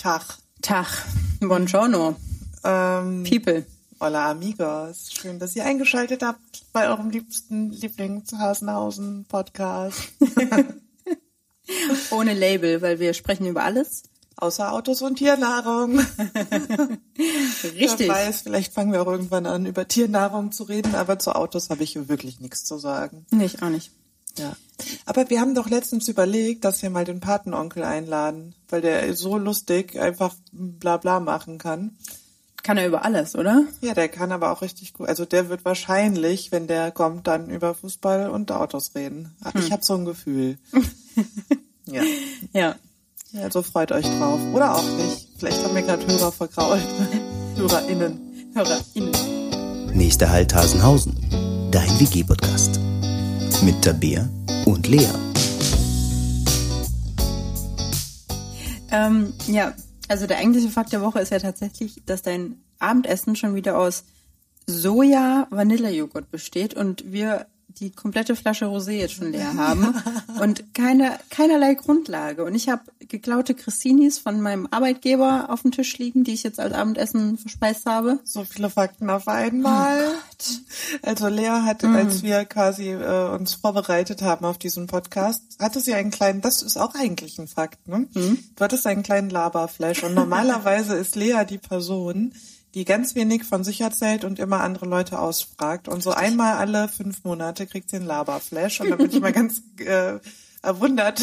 Tag. Buongiorno. People. Hola amigos. Schön, dass ihr eingeschaltet habt bei eurem liebsten Lieblings-Hasenhausen-Podcast. Ohne Label, weil wir sprechen über alles. Außer Autos und Tiernahrung. Richtig. Wer weiß, vielleicht fangen wir auch irgendwann an, über Tiernahrung zu reden, aber zu Autos habe ich wirklich nichts zu sagen. Nicht, auch nicht. Ja. Aber wir haben doch letztens überlegt, dass wir mal den Patenonkel einladen, weil der so lustig einfach Blabla machen kann. Kann er über alles, oder? Ja, der kann aber auch richtig gut. Also der wird wahrscheinlich, wenn der kommt, dann über Fußball und Autos reden. Ich habe so ein Gefühl. Ja. Ja. Ja, also freut euch drauf. Oder auch nicht. Vielleicht haben wir gerade Hörer vergrault. HörerInnen. Nächster Halt Hasenhausen. Dein WG-Podcast. Mit Tabea und Lea. Ja, also der eigentliche Fakt der Woche ist ja tatsächlich, dass dein Abendessen schon wieder aus Soja-Vanillejoghurt besteht und wir die komplette Flasche Rosé jetzt schon leer haben und keinerlei Grundlage. Und ich habe geklaute Cressinis von meinem Arbeitgeber auf dem Tisch liegen, die ich jetzt als Abendessen verspeist habe. So viele Fakten auf einmal. Oh Gott. Also Lea hatte, als wir quasi uns vorbereitet haben auf diesen Podcast, hatte sie einen kleinen, das ist auch eigentlich ein Fakt, ne? Du hattest einen kleinen Laberflash und normalerweise ist Lea die Person, die ganz wenig von sich erzählt und immer andere Leute ausfragt. Und so einmal alle 5 Monate kriegt sie einen Laberflash. Und da bin ich mal ganz erfreut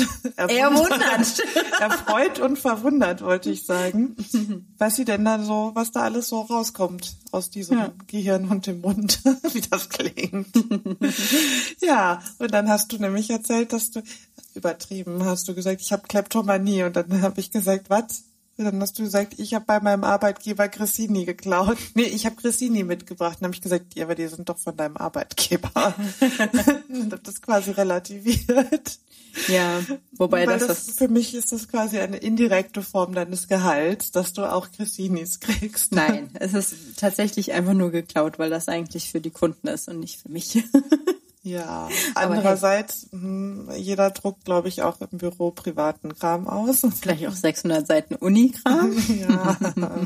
und verwundert, wollte ich sagen, was sie denn da so, was da alles so rauskommt aus diesem Gehirn und dem Mund, wie das klingt. Ja, und dann hast du nämlich erzählt, dass du, übertrieben, hast du gesagt, ich habe Kleptomanie. Und dann habe ich gesagt, was? Dann hast du gesagt, ich habe bei meinem Arbeitgeber Cressini geklaut. Nee, ich habe Cressini mitgebracht. Dann habe ich gesagt, ja, aber die sind doch von deinem Arbeitgeber. Und habe das quasi relativiert. Ja, wobei das für mich ist das quasi eine indirekte Form deines Gehalts, dass du auch Cressinis kriegst. Nein, es ist tatsächlich einfach nur geklaut, weil das eigentlich für die Kunden ist und nicht für mich. Ja, andererseits, jeder druckt, glaube ich, auch im Büro privaten Kram aus. Vielleicht auch 600 Seiten Unikram. Ja,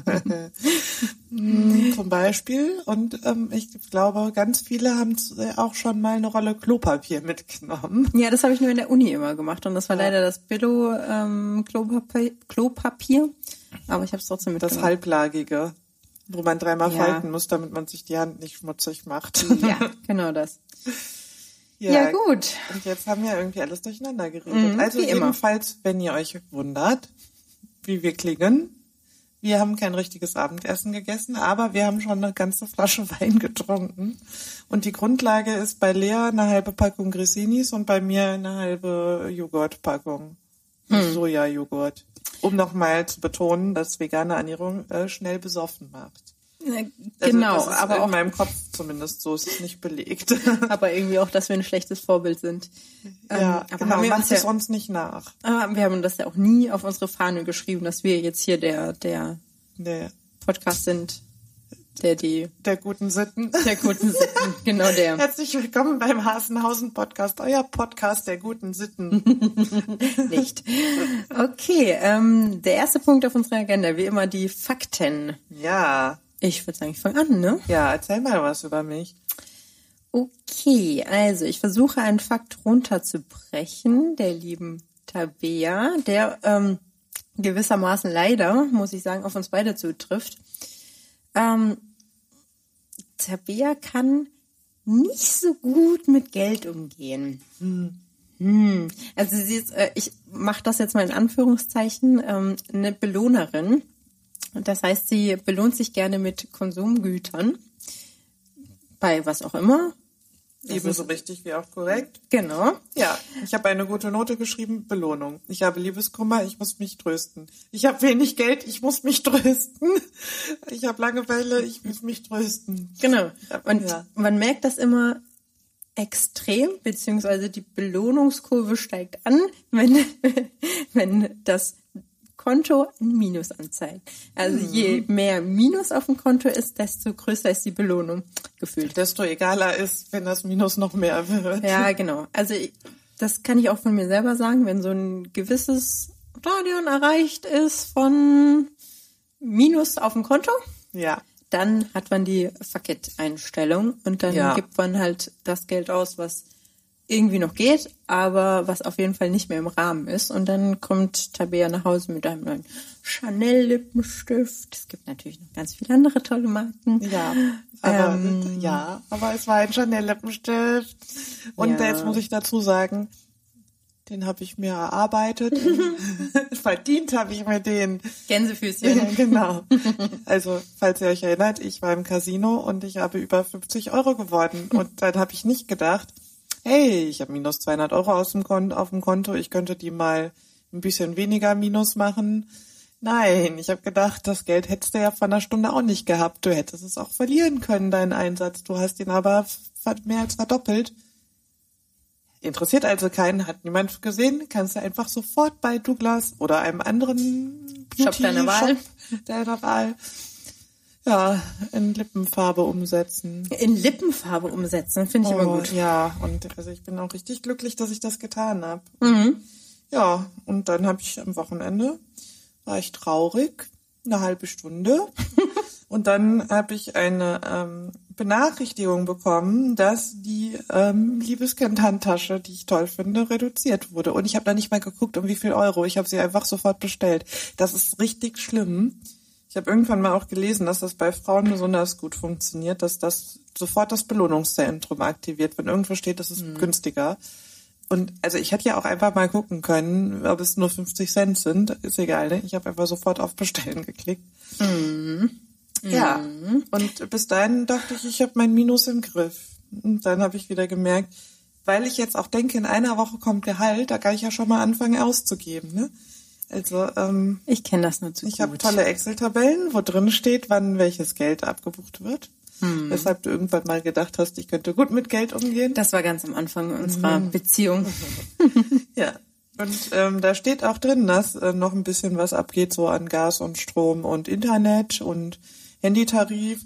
zum Beispiel. Und ich glaube, ganz viele haben auch schon mal eine Rolle Klopapier mitgenommen. Ja, das habe ich nur in der Uni immer gemacht und das war leider das Billo Klopapier. Aber ich habe es trotzdem mitgenommen. Das halblagige, wo man 3-mal falten muss, damit man sich die Hand nicht schmutzig macht. Ja, genau das. Ja, gut. Und jetzt haben wir irgendwie alles durcheinander geredet. Also jedenfalls, wenn ihr euch wundert, wie wir klingen, wir haben kein richtiges Abendessen gegessen, aber wir haben schon eine ganze Flasche Wein getrunken. Und die Grundlage ist bei Lea eine halbe Packung Cressinis und bei mir eine halbe Joghurtpackung. Soja-Joghurt. Um nochmal zu betonen, dass vegane Ernährung schnell besoffen macht. Genau, also das ist aber in auch meinem Kopf zumindest so, ist es nicht belegt. Aber irgendwie auch, dass wir ein schlechtes Vorbild sind. Ja, aber genau, haben wir macht es uns nicht nach. Wir haben das ja auch nie auf unsere Fahne geschrieben, dass wir jetzt hier der Podcast sind, der guten Sitten. Der guten Sitten, genau der. Herzlich willkommen beim Hasenhausen-Podcast, euer Podcast der guten Sitten. Nicht. Okay, der erste Punkt auf unserer Agenda, wie immer die Fakten. Ja. Ich würde sagen, ich fange an, ne? Ja, erzähl mal was über mich. Okay, also ich versuche einen Fakt runterzubrechen, der lieben Tabea, der gewissermaßen leider, muss ich sagen, auf uns beide zutrifft. Tabea kann nicht so gut mit Geld umgehen. Also sie ist, ich mache das jetzt mal in Anführungszeichen, eine Belohnerin. Das heißt, sie belohnt sich gerne mit Konsumgütern. Bei was auch immer. Ebenso richtig wie auch korrekt. Genau. Ja, ich habe eine gute Note geschrieben, Belohnung. Ich habe Liebeskummer, ich muss mich trösten. Ich habe wenig Geld, ich muss mich trösten. Ich habe Langeweile, ich muss mich trösten. Genau. Und man merkt das immer extrem, beziehungsweise die Belohnungskurve steigt an, wenn das Konto ein Minus anzeigt. Also je mehr Minus auf dem Konto ist, desto größer ist die Belohnung gefühlt. Desto egaler ist, wenn das Minus noch mehr wird. Ja, genau. Also das kann ich auch von mir selber sagen, wenn so ein gewisses Stadion erreicht ist von Minus auf dem Konto, Ja. dann hat man die Fuck-it-Einstellung und dann gibt man halt das Geld aus, was irgendwie noch geht, aber was auf jeden Fall nicht mehr im Rahmen ist. Und dann kommt Tabea nach Hause mit einem neuen Chanel-Lippenstift. Es gibt natürlich noch ganz viele andere tolle Marken. Ja, aber es war ein Chanel-Lippenstift. Und jetzt muss ich dazu sagen, den habe ich mir erarbeitet. Verdient habe ich mir den. Gänsefüßchen. Genau. Also, falls ihr euch erinnert, ich war im Casino und ich habe über 50 Euro gewonnen. Und dann habe ich nicht gedacht, hey, ich habe minus 200 Euro auf dem Konto, ich könnte die mal ein bisschen weniger minus machen. Nein, ich habe gedacht, das Geld hättest du ja vor einer Stunde auch nicht gehabt. Du hättest es auch verlieren können, deinen Einsatz. Du hast ihn aber mehr als verdoppelt. Interessiert also keinen, hat niemand gesehen. Kannst du einfach sofort bei Douglas oder einem anderen Shop deiner Wahl ja, in Lippenfarbe umsetzen. In Lippenfarbe umsetzen, finde ich immer gut. Ja, und also ich bin auch richtig glücklich, dass ich das getan habe. Mhm. Ja, und dann habe ich am Wochenende, war ich traurig, eine halbe Stunde. Und dann habe ich eine Benachrichtigung bekommen, dass die Liebeskind-Handtasche, die ich toll finde, reduziert wurde. Und ich habe da nicht mal geguckt, um wie viel Euro. Ich habe sie einfach sofort bestellt. Das ist richtig schlimm. Ich habe irgendwann mal auch gelesen, dass das bei Frauen besonders gut funktioniert, dass das sofort das Belohnungszentrum aktiviert, wenn irgendwo steht, das ist günstiger. Und also ich hätte ja auch einfach mal gucken können, ob es nur 50 Cent sind. Ist egal, ne? Ich habe einfach sofort auf Bestellen geklickt. Mhm. Ja, und bis dahin dachte ich habe mein Minus im Griff. Und dann habe ich wieder gemerkt, weil ich jetzt auch denke, in einer Woche kommt Gehalt, da kann ich ja schon mal anfangen auszugeben, ne? Also ich kenne das nur zu gut. Ich habe tolle Excel-Tabellen, wo drin steht, wann welches Geld abgebucht wird. Weshalb du irgendwann mal gedacht hast, ich könnte gut mit Geld umgehen. Das war ganz am Anfang unserer Beziehung. Ja, und da steht auch drin, dass noch ein bisschen was abgeht, so an Gas und Strom und Internet und Handytarif.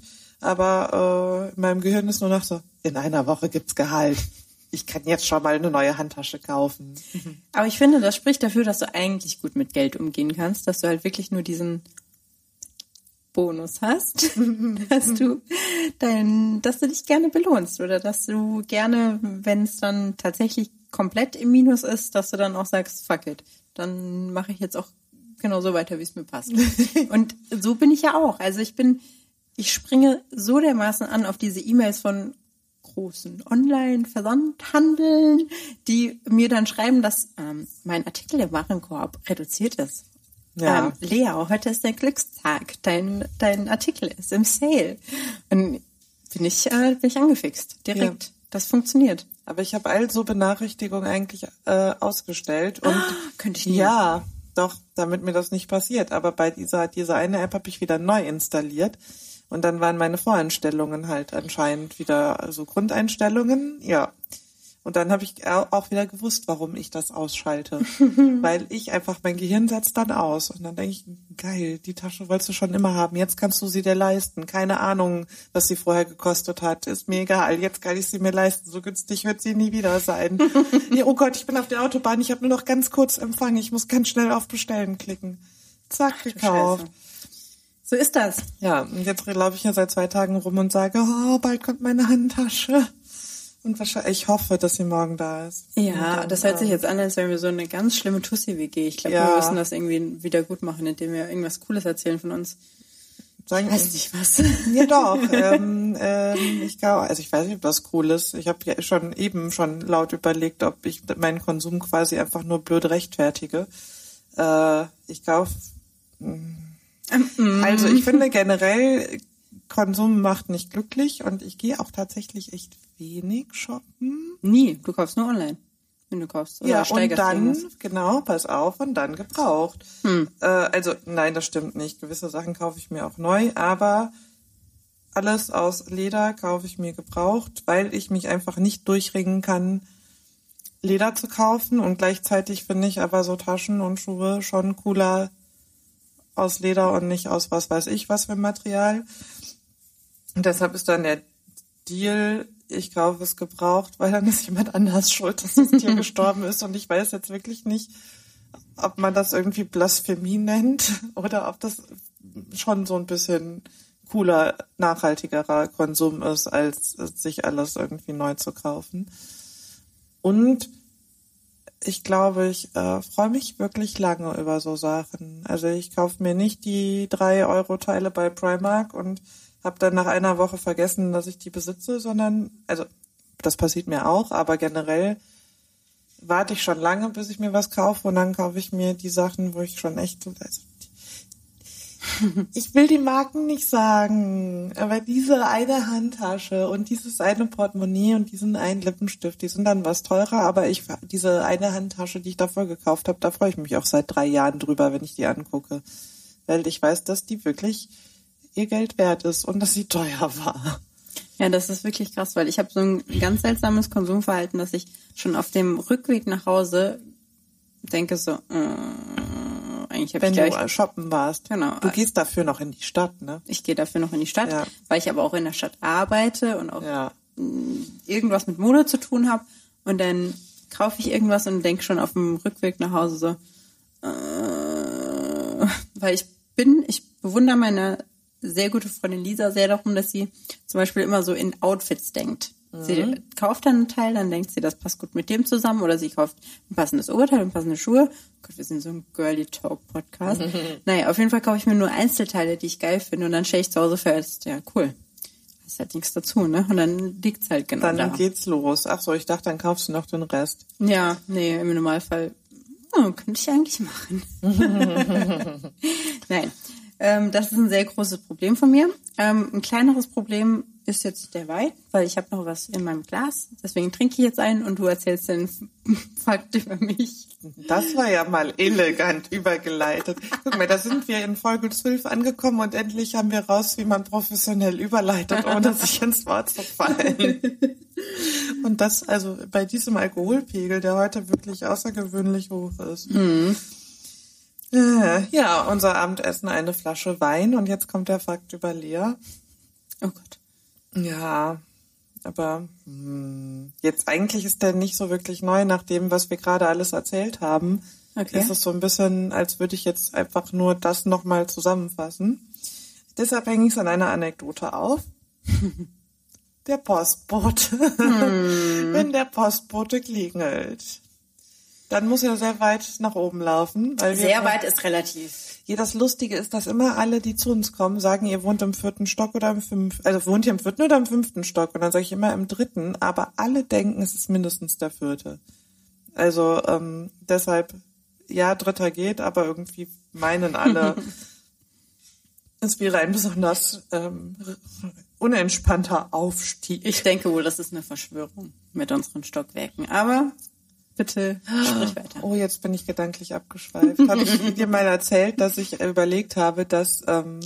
Aber in meinem Gehirn ist nur noch so, in einer Woche gibt's Gehalt. Ich kann jetzt schon mal eine neue Handtasche kaufen. Aber ich finde, das spricht dafür, dass du eigentlich gut mit Geld umgehen kannst, dass du halt wirklich nur diesen Bonus hast, dass du dich gerne belohnst oder dass du gerne, wenn es dann tatsächlich komplett im Minus ist, dass du dann auch sagst, fuck it, dann mache ich jetzt auch genau so weiter, wie es mir passt. Und so bin ich ja auch. Also ich springe so dermaßen an auf diese E-Mails von großen Online-Versandhandeln, die mir dann schreiben, dass mein Artikel im Warenkorb reduziert ist. Ja. Lea, heute ist der Glückstag. Dein Artikel ist im Sale. Und bin ich angefixt. Direkt. Ja. Das funktioniert. Aber ich habe all so Benachrichtigungen eigentlich ausgestellt. Und könnte ich nie. Ja, doch, damit mir das nicht passiert. Aber bei dieser eine App habe ich wieder neu installiert. Und dann waren meine Voreinstellungen halt anscheinend wieder so Grundeinstellungen. Ja. Und dann habe ich auch wieder gewusst, warum ich das ausschalte. Weil ich einfach, mein Gehirn setzt dann aus. Und dann denke ich, geil, die Tasche wolltest du schon immer haben. Jetzt kannst du sie dir leisten. Keine Ahnung, was sie vorher gekostet hat. Ist mir egal. Jetzt kann ich sie mir leisten. So günstig wird sie nie wieder sein. Nee, oh Gott, ich bin auf der Autobahn. Ich habe nur noch ganz kurz Empfang. Ich muss ganz schnell auf Bestellen klicken. Zack, gekauft. So ist das. Ja, und jetzt laufe ich ja seit 2 Tagen rum und sage, oh, bald kommt meine Handtasche. Und wahrscheinlich, ich hoffe, dass sie morgen da ist. Ja, dann, das hört sich jetzt an, als wären wir so eine ganz schlimme Tussi-WG. Ich glaube, wir müssen das irgendwie wieder gut machen, indem wir irgendwas Cooles erzählen von uns. Sagen, ich weiß nicht was. Ja doch. Ich glaube, also ich weiß nicht, ob das cool ist. Ich habe ja schon laut überlegt, ob ich meinen Konsum quasi einfach nur blöd rechtfertige. Ich glaube, also ich finde generell, Konsum macht nicht glücklich und ich gehe auch tatsächlich echt wenig shoppen. Nie, du kaufst nur online, wenn du kaufst. Oder ja, und dann, irgendwas. genau, pass auf, und dann gebraucht. Also nein, das stimmt nicht. Gewisse Sachen kaufe ich mir auch neu, aber alles aus Leder kaufe ich mir gebraucht, weil ich mich einfach nicht durchringen kann, Leder zu kaufen. Und gleichzeitig finde ich aber so Taschen und Schuhe schon cooler aus Leder und nicht aus was weiß ich was für Material. Und deshalb ist dann der Deal, ich kaufe es gebraucht, weil dann ist jemand anders schuld, dass das Tier gestorben ist. Und ich weiß jetzt wirklich nicht, ob man das irgendwie Blasphemie nennt oder ob das schon so ein bisschen cooler, nachhaltigerer Konsum ist, als sich alles irgendwie neu zu kaufen. Und ich glaube, ich freue mich wirklich lange über so Sachen. Also ich kaufe mir nicht die 3-Euro-Teile bei Primark und habe dann nach einer Woche vergessen, dass ich die besitze, sondern, also das passiert mir auch, aber generell warte ich schon lange, bis ich mir was kaufe und dann kaufe ich mir die Sachen, wo ich schon echt, also ich will die Marken nicht sagen, aber diese eine Handtasche und dieses eine Portemonnaie und diesen einen Lippenstift, die sind dann was teurer, aber diese eine Handtasche, die ich davor gekauft habe, da freue ich mich auch seit 3 Jahren drüber, wenn ich die angucke, weil ich weiß, dass die wirklich ihr Geld wert ist und dass sie teuer war. Ja, das ist wirklich krass, weil ich habe so ein ganz seltsames Konsumverhalten, dass ich schon auf dem Rückweg nach Hause denke so, eigentlich habe ich Wenn du shoppen warst. Genau. Du gehst dafür noch in die Stadt, ne? Ich gehe dafür noch in die Stadt, Ja. weil ich aber auch in der Stadt arbeite und auch Ja. irgendwas mit Mode zu tun habe. Und dann kaufe ich irgendwas und denke schon auf dem Rückweg nach Hause so, weil ich bewundere meine sehr gute Freundin Lisa sehr darum, dass sie zum Beispiel immer so in Outfits denkt. Sie kauft dann einen Teil, dann denkt sie, das passt gut mit dem zusammen, oder sie kauft ein passendes Oberteil und passende Schuhe. Gott, wir sind so ein Girly Talk Podcast. Naja, auf jeden Fall kaufe ich mir nur Einzelteile, die ich geil finde, und dann stelle ich zu Hause fest, ja cool, ist halt nichts dazu, ne? Und dann liegt's halt genau Dann da. geht's los. Ach so, ich dachte, dann kaufst du noch den Rest. Ja, nee, im Normalfall könnte ich eigentlich machen. Nein, das ist ein sehr großes Problem von mir. Ein kleineres Problem ist jetzt der Wein, weil ich habe noch was in meinem Glas. Deswegen trinke ich jetzt einen und du erzählst den Fakt über mich. Das war ja mal elegant übergeleitet. Guck mal, da sind wir in Folge 12 angekommen und endlich haben wir raus, wie man professionell überleitet, ohne sich ins Wort zu fallen. Und das also bei diesem Alkoholpegel, der heute wirklich außergewöhnlich hoch ist. Ja, unser Abendessen, eine Flasche Wein, und jetzt kommt der Fakt über Lea. Oh Gott. Ja, aber jetzt eigentlich ist der nicht so wirklich neu, nach dem, was wir gerade alles erzählt haben. Okay. Ist es so ein bisschen, als würde ich jetzt einfach nur das nochmal zusammenfassen. Deshalb hänge ich es an einer Anekdote auf. Der Postbote. Wenn der Postbote klingelt, dann muss er sehr weit nach oben laufen. Weil Sehr weit ist relativ. Ja, das Lustige ist, dass immer alle, die zu uns kommen, sagen, ihr wohnt im 4. Stock oder im 5. Also wohnt ihr im 4. oder im 5. Stock? Und dann sage ich immer im 3. Aber alle denken, es ist mindestens der 4. Also deshalb, ja, 3. geht, aber irgendwie meinen alle, es wäre ein besonders unentspannter Aufstieg. Ich denke wohl, das ist eine Verschwörung mit unseren Stockwerken. Aber bitte sprich weiter. Oh, jetzt bin ich gedanklich abgeschweift. Habe ich dir mal erzählt, dass ich überlegt habe, dass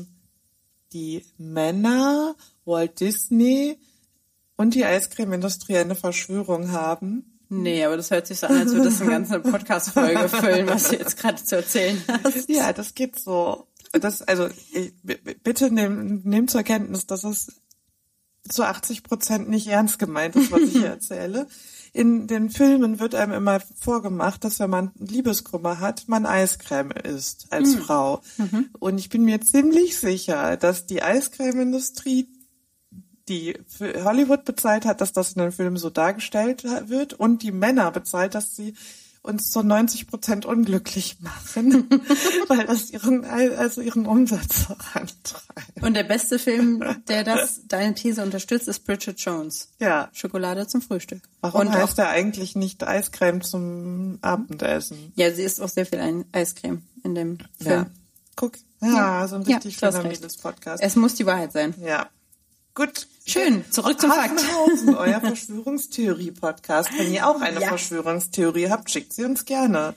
die Männer, Walt Disney und die Eiscreme-Industrie eine Verschwörung haben? Nee, aber das hört sich so an, als würde das eine ganze Podcast-Folge füllen, was du jetzt gerade zu erzählen hast. Ja, das geht so. Bitte nehmt zur Kenntnis, dass es zu 80% nicht ernst gemeint ist, was ich hier erzähle. In den Filmen wird einem immer vorgemacht, dass wenn man Liebeskummer hat, man Eiscreme isst als Frau. Und ich bin mir ziemlich sicher, dass die Eiscreme-Industrie, die für Hollywood bezahlt hat, dass das in den Filmen so dargestellt wird, und die Männer bezahlt, dass sie uns zu 90% unglücklich machen, weil das ihren Umsatz vorantreibt. Und der beste Film, der deine These unterstützt, ist Bridget Jones. Ja. Schokolade zum Frühstück. Warum und heißt er eigentlich nicht Eiscreme zum Abendessen? Ja, sie isst auch sehr viel Eiscreme in dem Film. Ja. Guck. Ja, so ein richtig du hast schöner recht. Mädels-Podcast. Es muss die Wahrheit sein. Ja. Gut. Schön, zurück zum Fakt. Hasenhausen, euer Verschwörungstheorie-Podcast. Wenn ihr auch eine Verschwörungstheorie habt, schickt sie uns gerne.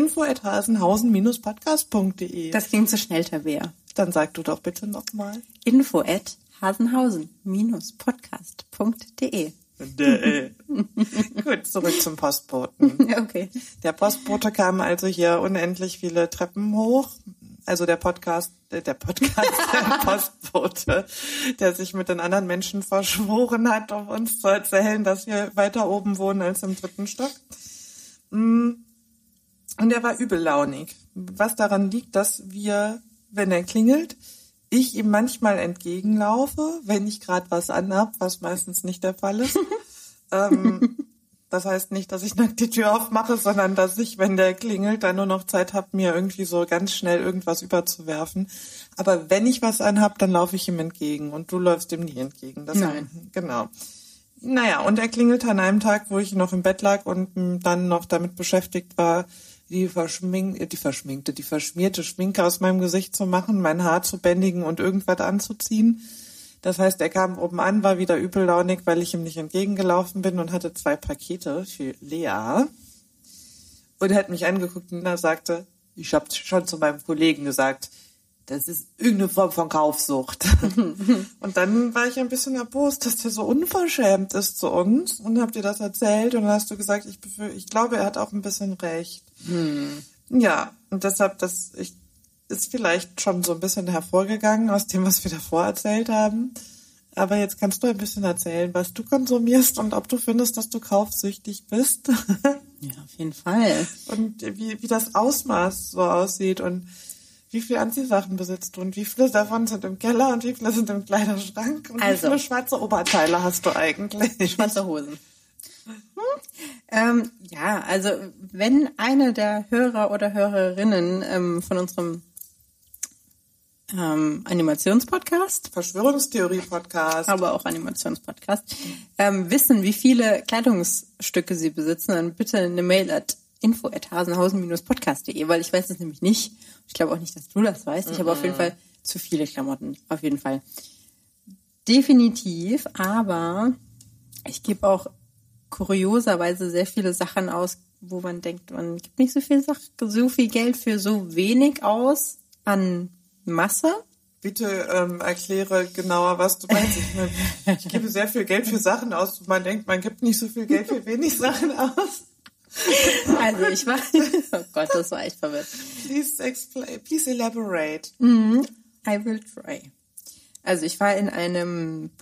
info@hasenhausen-podcast.de. Das ging zu schnell, Tabea. Dann sag du doch bitte nochmal. info@hasenhausen-podcast.de. Gut, zurück zum Postboten. Ja, okay. Der Postbote kam also hier unendlich viele Treppen hoch. Also der Postbote, der sich mit den anderen Menschen verschworen hat, um uns zu erzählen, dass wir weiter oben wohnen als im 3. Stock. Und er war übellaunig. Was daran liegt, dass wir, wenn er klingelt, ich ihm manchmal entgegenlaufe, wenn ich gerade was anhab, was meistens nicht der Fall ist. Das heißt nicht, dass ich nackt die Tür aufmache, sondern dass ich, wenn der klingelt, dann nur noch Zeit habe, mir irgendwie so ganz schnell irgendwas überzuwerfen. Aber wenn ich was anhab, dann laufe ich ihm entgegen und du läufst ihm nie entgegen. Nein. Genau. Naja, und er klingelte an einem Tag, wo ich noch im Bett lag und dann noch damit beschäftigt war, die verschmierte Schminke aus meinem Gesicht zu machen, mein Haar zu bändigen und irgendwas anzuziehen. Das heißt, er kam oben an, war wieder übellaunig, weil ich ihm nicht entgegengelaufen bin und hatte 2 Pakete für Lea. Und er hat mich angeguckt und er sagte, ich habe schon zu meinem Kollegen gesagt, das ist irgendeine Form von Kaufsucht. Und dann war ich ein bisschen erbost, dass der so unverschämt ist zu uns und hab dir das erzählt und dann hast du gesagt, ich glaube, er hat auch ein bisschen recht. Ja, und deshalb, ist vielleicht schon so ein bisschen hervorgegangen aus dem, was wir davor erzählt haben. Aber jetzt kannst du ein bisschen erzählen, was du konsumierst und ob du findest, dass du kaufsüchtig bist. Ja, auf jeden Fall. Und wie das Ausmaß so aussieht und wie viele Anziehsachen besitzt du und wie viele davon sind im Keller und wie viele sind im Kleiderschrank und wie viele schwarze Oberteile hast du eigentlich? Schwarze Hosen. Ja, also wenn eine der Hörer oder Hörerinnen von unserem Animationspodcast, Verschwörungstheorie-Podcast, aber auch Animationspodcast, wissen, wie viele Kleidungsstücke sie besitzen, dann bitte eine Mail at info@hasenhausen-podcast.de, weil ich weiß es nämlich nicht. Ich glaube auch nicht, dass du das weißt. Ich habe auf jeden Fall zu viele Klamotten, auf jeden Fall. Definitiv, aber ich gebe auch kurioserweise sehr viele Sachen aus, wo man denkt, man gibt nicht so viel Geld für so wenig aus an Masse. Bitte erkläre genauer, was du meinst. Ich gebe sehr viel Geld für Sachen aus, wo man denkt, man gibt nicht so viel Geld für wenig Sachen aus. Also ich war, oh Gott, das war echt verwirrt. Please elaborate. I will try. Also ich war in einem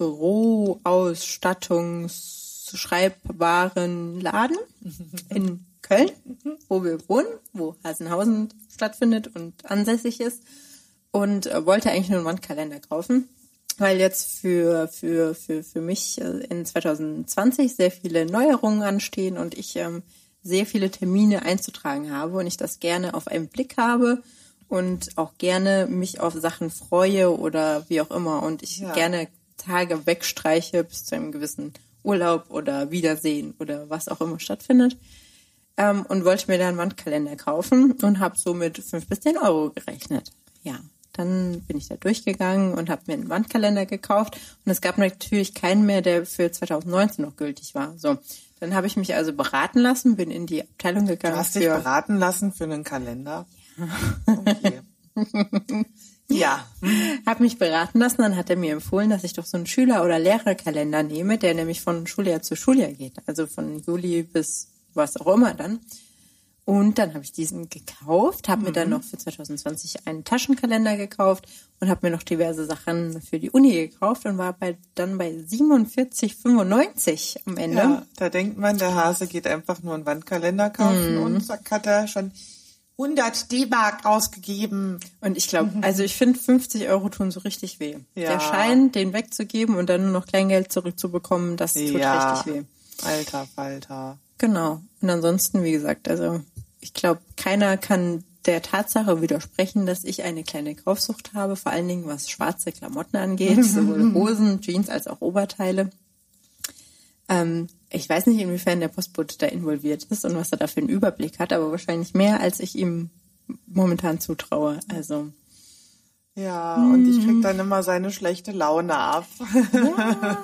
Büroausstattungs-Schreibwarenladen in Köln, wo wir wohnen, wo Hasenhausen stattfindet und ansässig ist und wollte eigentlich nur einen Wandkalender kaufen, weil jetzt für mich in 2020 sehr viele Neuerungen anstehen und ich sehr viele Termine einzutragen habe und ich das gerne auf einen Blick habe und auch gerne mich auf Sachen freue oder wie auch immer und ich gerne Tage wegstreiche bis zu einem gewissen Urlaub oder Wiedersehen oder was auch immer stattfindet und wollte mir da einen Wandkalender kaufen und habe so mit 5 bis 10 Euro gerechnet. Ja, dann bin ich da durchgegangen und habe mir einen Wandkalender gekauft und es gab natürlich keinen mehr, der für 2019 noch gültig war. So. Dann habe ich mich also beraten lassen, bin in die Abteilung gegangen. Du hast dich beraten lassen für einen Kalender? Ja. Okay. Ja. Habe mich beraten lassen, dann hat er mir empfohlen, dass ich doch so einen Schüler- oder Lehrerkalender nehme, der nämlich von Schuljahr zu Schuljahr geht, also von Juli bis was auch immer dann. Und dann habe ich diesen gekauft, habe mir dann noch für 2020 einen Taschenkalender gekauft und habe mir noch diverse Sachen für die Uni gekauft und war dann bei 47,95 am Ende. Ja, da denkt man, der Hase geht einfach nur einen Wandkalender kaufen und zack, hat er schon 100 D-Mark ausgegeben. Und ich glaube, also ich finde 50 Euro tun so richtig weh. Ja. Der Schein, den wegzugeben und dann nur noch Kleingeld zurückzubekommen, das tut richtig weh. Alter Falter. Genau. Und ansonsten, wie gesagt, also ich glaube, keiner kann der Tatsache widersprechen, dass ich eine kleine Kaufsucht habe, vor allen Dingen was schwarze Klamotten angeht, sowohl Hosen, Jeans als auch Oberteile. Ich weiß nicht, inwiefern der Postbote da involviert ist und was er da für einen Überblick hat, aber wahrscheinlich mehr, als ich ihm momentan zutraue. Also ja, und ich krieg dann immer seine schlechte Laune ab. Ja.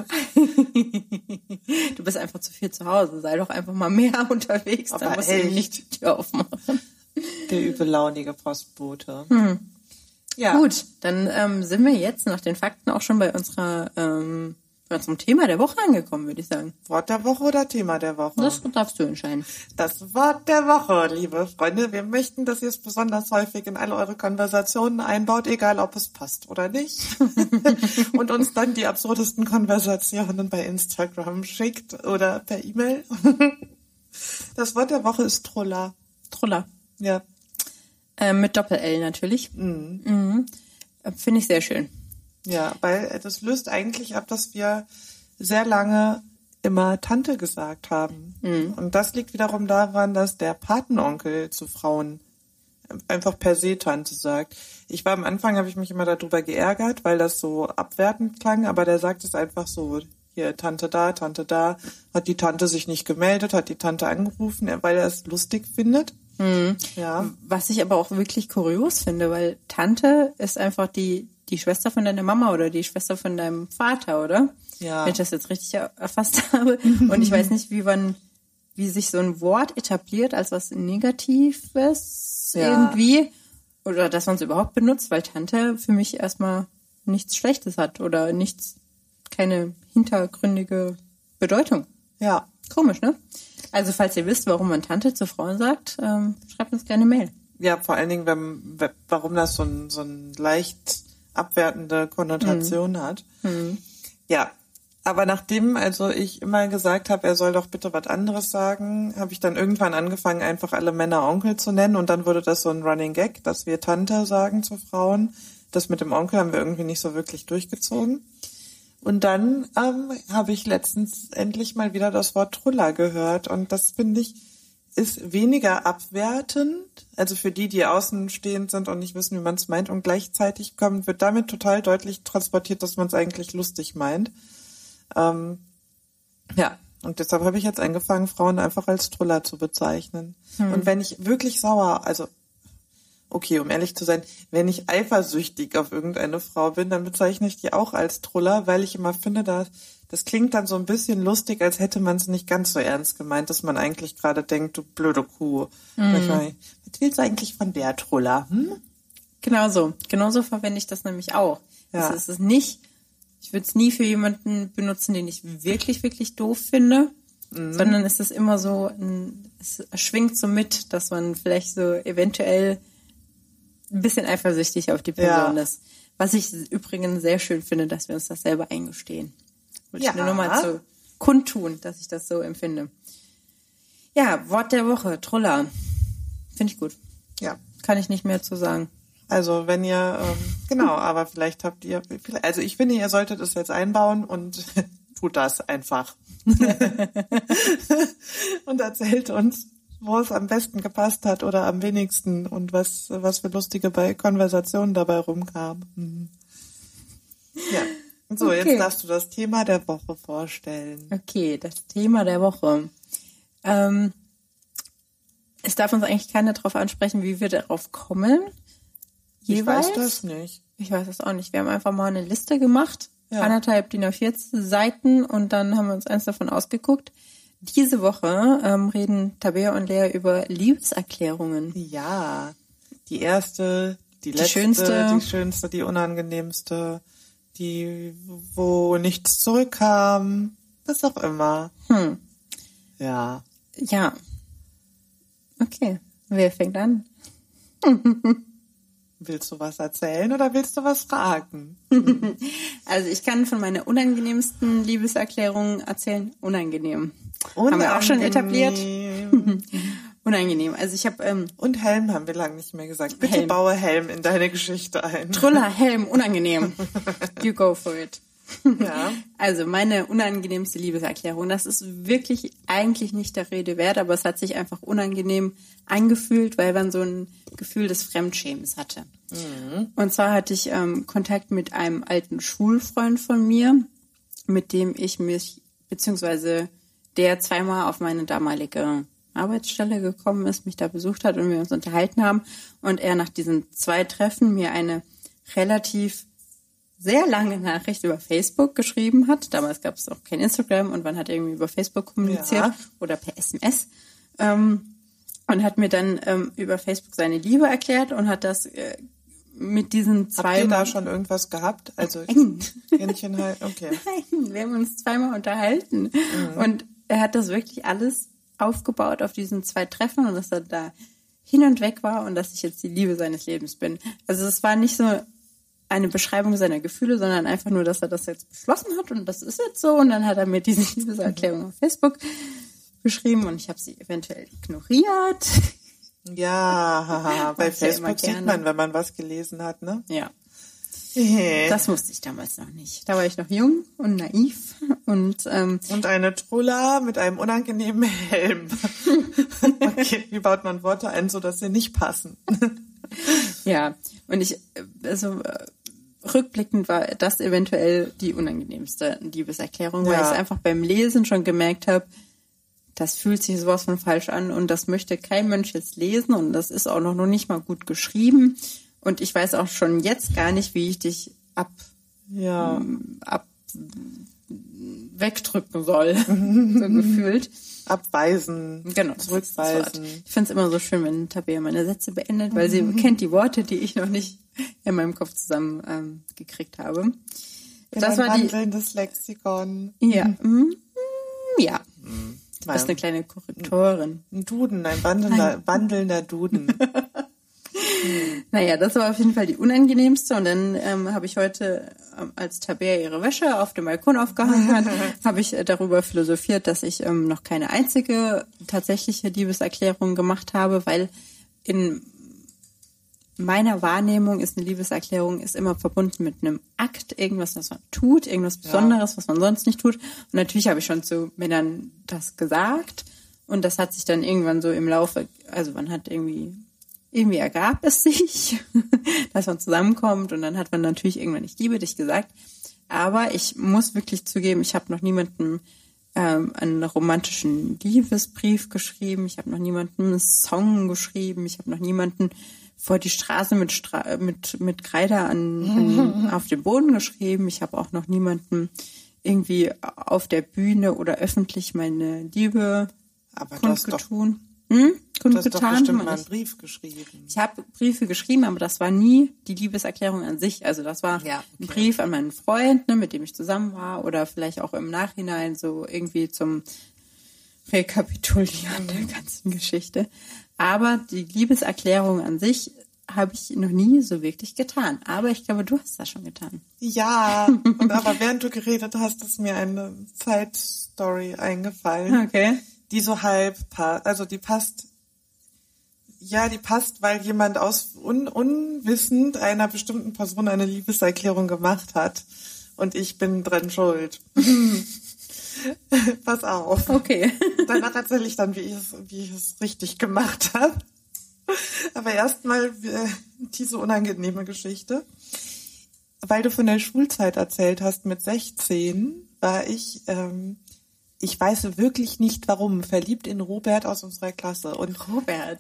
Du bist einfach zu viel zu Hause. Sei doch einfach mal mehr unterwegs. Aber da musst du ihm nicht die Tür aufmachen. Der übellaunige Postbote. Ja. Gut, dann sind wir jetzt nach den Fakten auch schon bei unserem Thema der Woche angekommen, würde ich sagen. Wort der Woche oder Thema der Woche? Das darfst du entscheiden. Das Wort der Woche, liebe Freunde. Wir möchten, dass ihr es besonders häufig in alle eure Konversationen einbaut, egal ob es passt oder nicht. Und uns dann die absurdesten Konversationen bei Instagram schickt oder per E-Mail. Das Wort der Woche ist Troller. Troller. Ja. Mit Doppel-L natürlich. Mhm. Finde ich sehr schön. Ja, weil das löst eigentlich ab, dass wir sehr lange immer Tante gesagt haben. Und das liegt wiederum daran, dass der Patenonkel zu Frauen einfach per se Tante sagt. Am Anfang habe ich mich immer darüber geärgert, weil das so abwertend klang, aber der sagt es einfach so, hier Tante da, hat die Tante sich nicht gemeldet, hat die Tante angerufen, weil er es lustig findet. Ja. Was ich aber auch wirklich kurios finde, weil Tante ist einfach die Schwester von deiner Mama oder die Schwester von deinem Vater, oder? Ja. Wenn ich das jetzt richtig erfasst habe. Und ich weiß nicht, wie sich so ein Wort etabliert als was Negatives irgendwie. Oder dass man es überhaupt benutzt, weil Tante für mich erstmal nichts Schlechtes hat oder keine hintergründige Bedeutung. Ja. Komisch, ne? Also falls ihr wisst, warum man Tante zu Frauen sagt, schreibt uns gerne Mail. Ja, vor allen Dingen, warum das so ein leicht abwertende Konnotation hat. Ja, aber nachdem ich immer gesagt habe, er soll doch bitte was anderes sagen, habe ich dann irgendwann angefangen, einfach alle Männer Onkel zu nennen und dann wurde das so ein Running Gag, dass wir Tante sagen zu Frauen. Das mit dem Onkel haben wir irgendwie nicht so wirklich durchgezogen. Und dann habe ich letztens endlich mal wieder das Wort Truller gehört und das, finde ich, ist weniger abwertend, also für die außenstehend sind und nicht wissen, wie man es meint und gleichzeitig wird damit total deutlich transportiert, dass man es eigentlich lustig meint. Ja, und deshalb habe ich jetzt angefangen, Frauen einfach als Truller zu bezeichnen. Und wenn ich wirklich um ehrlich zu sein, wenn ich eifersüchtig auf irgendeine Frau bin, dann bezeichne ich die auch als Truller, weil ich immer finde, das klingt dann so ein bisschen lustig, als hätte man es nicht ganz so ernst gemeint, dass man eigentlich gerade denkt, du blöde Kuh. Was willst du eigentlich von der Truller? Genauso verwende ich das nämlich auch. Ja. Es ist nicht, ich würde es nie für jemanden benutzen, den ich wirklich, wirklich doof finde, sondern es ist immer so, es schwingt so mit, dass man vielleicht so eventuell ein bisschen eifersüchtig auf die Person ist. Was ich übrigens sehr schön finde, dass wir uns das selber eingestehen. Wollte ich nur mal zu kundtun, dass ich das so empfinde. Ja, Wort der Woche, Truller. Finde ich gut. Ja. Kann ich nicht mehr zu sagen. Also wenn ihr, aber vielleicht habt ihr, also ich finde, ihr solltet es jetzt einbauen und tut das einfach. Und erzählt uns, wo es am besten gepasst hat oder am wenigsten und was für lustige Konversationen dabei rumkamen. Ja. So, okay. Jetzt darfst du das Thema der Woche vorstellen. Okay, das Thema der Woche. Es darf uns eigentlich keiner darauf ansprechen, wie wir darauf kommen. Jeweils. Ich weiß das nicht. Ich weiß das auch nicht. Wir haben einfach mal eine Liste gemacht, 1,5 DIN A4 Seiten und dann haben wir uns eins davon ausgeguckt. Diese Woche reden Tabea und Lea über Liebeserklärungen. Ja, die erste, die letzte, die schönste, die unangenehmste, die, wo nichts zurückkam, was auch immer. Ja. Ja. Okay, wer fängt an? Willst du was erzählen oder willst du was fragen? Also ich kann von meiner unangenehmsten Liebeserklärung erzählen. Unangenehm. Haben wir auch schon etabliert. Unangenehm. Also ich habe und Helm haben wir lange nicht mehr gesagt. Bitte baue Helm in deine Geschichte ein. Truller, Helm, unangenehm. You go for it. Ja. Also meine unangenehmste Liebeserklärung, das ist wirklich eigentlich nicht der Rede wert, aber es hat sich einfach unangenehm angefühlt, weil man so ein Gefühl des Fremdschämens hatte. Und zwar hatte ich Kontakt mit einem alten Schulfreund von mir, mit dem ich mich, beziehungsweise der zweimal auf meine damalige Arbeitsstelle gekommen ist, mich da besucht hat und wir uns unterhalten haben und er nach diesen 2 Treffen mir eine relativ sehr lange Nachricht über Facebook geschrieben hat. Damals gab es auch kein Instagram und man hat irgendwie über Facebook kommuniziert oder per SMS und hat mir dann über Facebook seine Liebe erklärt und hat das mit diesen 2... Habt ihr da schon irgendwas gehabt? Also Händchen halt, okay. Nein, wir haben uns 2-mal unterhalten und er hat das wirklich alles aufgebaut auf diesen 2 Treffen und dass er da hin und weg war und dass ich jetzt die Liebe seines Lebens bin. Also es war nicht so eine Beschreibung seiner Gefühle, sondern einfach nur, dass er das jetzt beschlossen hat und das ist jetzt so. Und dann hat er mir diese Liebeserklärung auf Facebook geschrieben und ich habe sie eventuell ignoriert. Ja, haha, bei ich ja immer Facebook sieht gerne. man, wenn man was gelesen hat, ne? Ja. Das wusste ich damals noch nicht. Da war ich noch jung und naiv und Und eine Trulla mit einem unangenehmen Helm. Okay, wie baut man Worte ein, so dass sie nicht passen? ja, und rückblickend war das eventuell die unangenehmste Liebeserklärung, weil ich es einfach beim Lesen schon gemerkt habe, das fühlt sich sowas von falsch an und das möchte kein Mensch jetzt lesen und das ist auch noch nicht mal gut geschrieben. Und ich weiß auch schon jetzt gar nicht, wie ich dich wegdrücken soll, so gefühlt. Abweisen, Genau, zurückweisen. Ich finde es immer so schön, wenn Tabea meine Sätze beendet, weil sie kennt die Worte, die ich noch nicht in meinem Kopf zusammen gekriegt habe. Das war ein wandelndes Lexikon. Ja, ja. Du bist eine kleine Korrektorin. Ein Duden, ein wandelnder Duden. Naja, das war auf jeden Fall die unangenehmste. Und dann habe ich heute, als Tabea ihre Wäsche auf dem Balkon aufgehangen hat, habe ich darüber philosophiert, dass ich noch keine einzige tatsächliche Liebeserklärung gemacht habe, weil in meiner Wahrnehmung ist eine Liebeserklärung ist immer verbunden mit einem Akt, irgendwas, was man tut, irgendwas Besonderes, was man sonst nicht tut. Und natürlich habe ich schon zu Männern das gesagt. Und das hat sich dann irgendwann so im Laufe, also man hat irgendwie ergab es sich, dass man zusammenkommt und dann hat man natürlich irgendwann ich liebe dich gesagt. Aber ich muss wirklich zugeben, ich habe noch niemandem einen romantischen Liebesbrief geschrieben, ich habe noch niemandem einen Song geschrieben, ich habe noch niemanden vor die Straße mit Kreide auf den Boden geschrieben, ich habe auch noch niemanden irgendwie auf der Bühne oder öffentlich meine Liebe kundgetun. Du hast doch bestimmt mal einen Brief geschrieben. Ich habe Briefe geschrieben, aber das war nie die Liebeserklärung an sich. Also das war ein Brief an meinen Freund, ne, mit dem ich zusammen war oder vielleicht auch im Nachhinein so irgendwie zum Rekapitulieren der ganzen Geschichte. Aber die Liebeserklärung an sich habe ich noch nie so wirklich getan. Aber ich glaube, du hast das schon getan. Ja, aber während du geredet hast, ist mir eine Side-Story eingefallen. Okay. Die so halb passt, also die passt, weil jemand unwissend einer bestimmten Person eine Liebeserklärung gemacht hat. Und ich bin dran schuld. Pass auf. Okay. Danach erzähle ich dann, wie ich es richtig gemacht habe. Aber erstmal diese unangenehme Geschichte. Weil du von der Schulzeit erzählt hast, mit 16 war ich weiß wirklich nicht warum, verliebt in Robert aus unserer Klasse. Und Robert!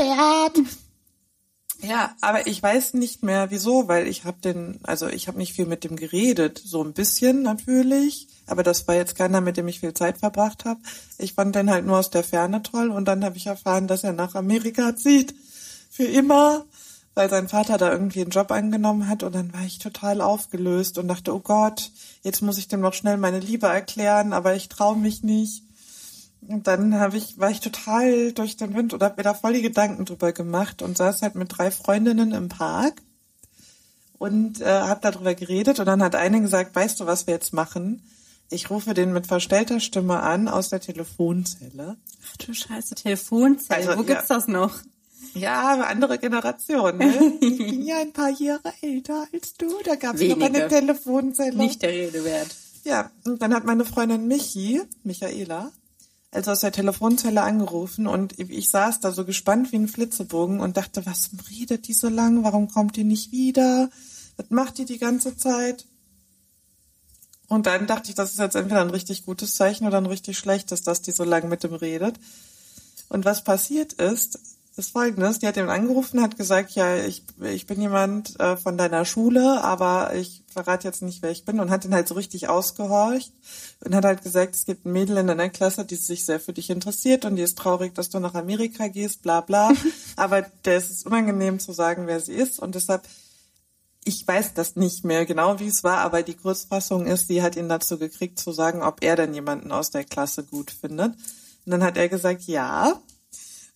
Ja, aber ich weiß nicht mehr wieso, weil ich habe nicht viel mit dem geredet, so ein bisschen natürlich, aber das war jetzt keiner, mit dem ich viel Zeit verbracht habe. Ich fand den halt nur aus der Ferne toll und dann habe ich erfahren, dass er nach Amerika zieht, für immer, weil sein Vater da irgendwie einen Job angenommen hat und dann war ich total aufgelöst und dachte, oh Gott, jetzt muss ich dem noch schnell meine Liebe erklären, aber ich traue mich nicht. Und dann war ich total durch den Wind und habe mir da voll die Gedanken drüber gemacht und saß halt mit 3 Freundinnen im Park und habe darüber geredet und dann hat eine gesagt, weißt du, was wir jetzt machen? Ich rufe den mit verstellter Stimme an aus der Telefonzelle. Ach du Scheiße, Telefonzelle, wo gibt's das noch? Ja, eine andere Generation, ne? Ich bin ja ein paar Jahre älter als du. Da gab es noch eine Telefonzelle. Nicht der Rede wert. Ja, und dann hat meine Freundin Michaela, also aus der Telefonzelle angerufen und ich saß da so gespannt wie ein Flitzebogen und dachte, was redet die so lang? Warum kommt die nicht wieder? Was macht die ganze Zeit? Und dann dachte ich, das ist jetzt entweder ein richtig gutes Zeichen oder ein richtig schlechtes, dass die so lange mit dem redet. Und was passiert ist Folgendes, die hat ihn angerufen, hat gesagt, ja, ich bin jemand von deiner Schule, aber ich verrate jetzt nicht, wer ich bin und hat ihn halt so richtig ausgehorcht und hat halt gesagt, es gibt ein Mädel in deiner Klasse, die sich sehr für dich interessiert und die ist traurig, dass du nach Amerika gehst, bla bla, aber der ist es unangenehm zu sagen, wer sie ist und deshalb, ich weiß das nicht mehr genau, wie es war, aber die Kurzfassung ist, sie hat ihn dazu gekriegt zu sagen, ob er denn jemanden aus der Klasse gut findet und dann hat er gesagt, ja.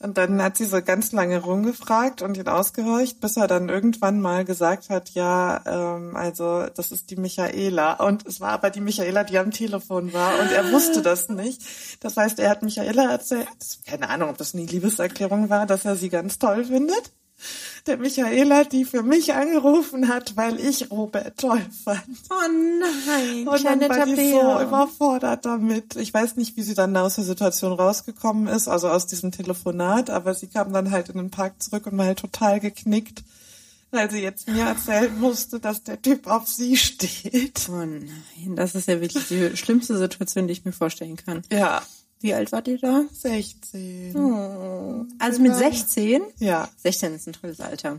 Und dann hat sie so ganz lange rumgefragt und ihn ausgehorcht, bis er dann irgendwann mal gesagt hat, ja, also das ist die Michaela. Und es war aber die Michaela, die am Telefon war. Und er wusste das nicht. Das heißt, er hat Michaela erzählt, keine Ahnung, ob das eine Liebeserklärung war, dass er sie ganz toll findet. Der Michaela, die für mich angerufen hat, weil ich Robert toll fand. Oh nein, und dann war die so Tabea. überfordert damit. Ich weiß nicht, wie sie dann aus der Situation rausgekommen ist, also aus diesem Telefonat, aber sie kam dann halt in den Park zurück und war halt total geknickt, weil sie jetzt mir erzählen musste, dass der Typ auf sie steht. Oh nein, das ist ja wirklich die schlimmste Situation, die ich mir vorstellen kann. Ja, Wie alt wart ihr da? 16. Oh. Also mit 16? Ja. 16 ist ein tolles Alter.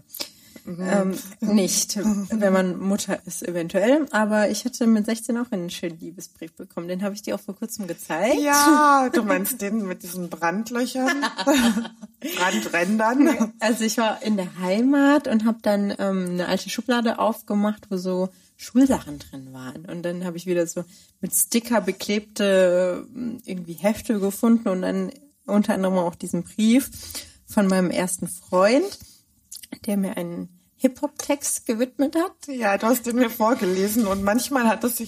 Nicht, wenn man Mutter ist eventuell. Aber ich hatte mit 16 auch einen schönen Liebesbrief bekommen. Den habe ich dir auch vor kurzem gezeigt. Ja, du meinst den mit diesen Brandlöchern? Brandrändern? Also ich war in der Heimat und habe dann eine alte Schublade aufgemacht, wo so Schulsachen drin waren. Und dann habe ich wieder so mit Sticker beklebte irgendwie Hefte gefunden und dann unter anderem auch diesen Brief von meinem ersten Freund, der mir einen Hip-Hop-Text gewidmet hat. Ja, du hast den mir vorgelesen und manchmal hat es sich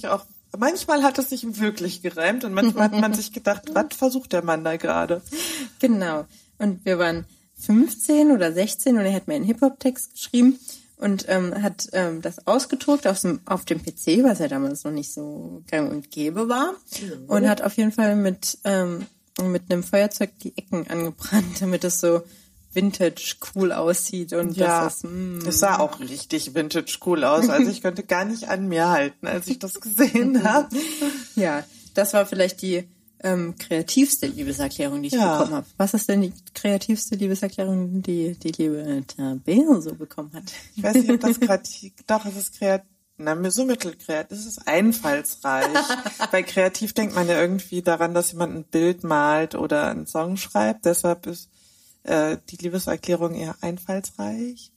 wirklich gereimt und manchmal hat man sich gedacht, was versucht der Mann da gerade? Genau. Und wir waren 15 oder 16 und er hat mir einen Hip-Hop-Text geschrieben und hat das ausgedruckt auf dem PC, was ja damals noch nicht so gang und gäbe war. Und hat auf jeden Fall mit einem Feuerzeug die Ecken angebrannt, damit es so vintage cool aussieht. Und Ja, das es sah auch richtig vintage cool aus. Also ich konnte gar nicht an mir halten, als ich das gesehen habe. ja, das war vielleicht die kreativste Liebeserklärung, die ich Ja. bekommen habe. Was ist denn die kreativste Liebeserklärung, die liebe Tabea so bekommen hat? Ich weiß nicht, ob das doch, es ist kreativ. Na, so mittelkreativ. Es ist einfallsreich. Bei kreativ denkt man ja irgendwie daran, dass jemand ein Bild malt oder einen Song schreibt. Deshalb ist die Liebeserklärung eher einfallsreich.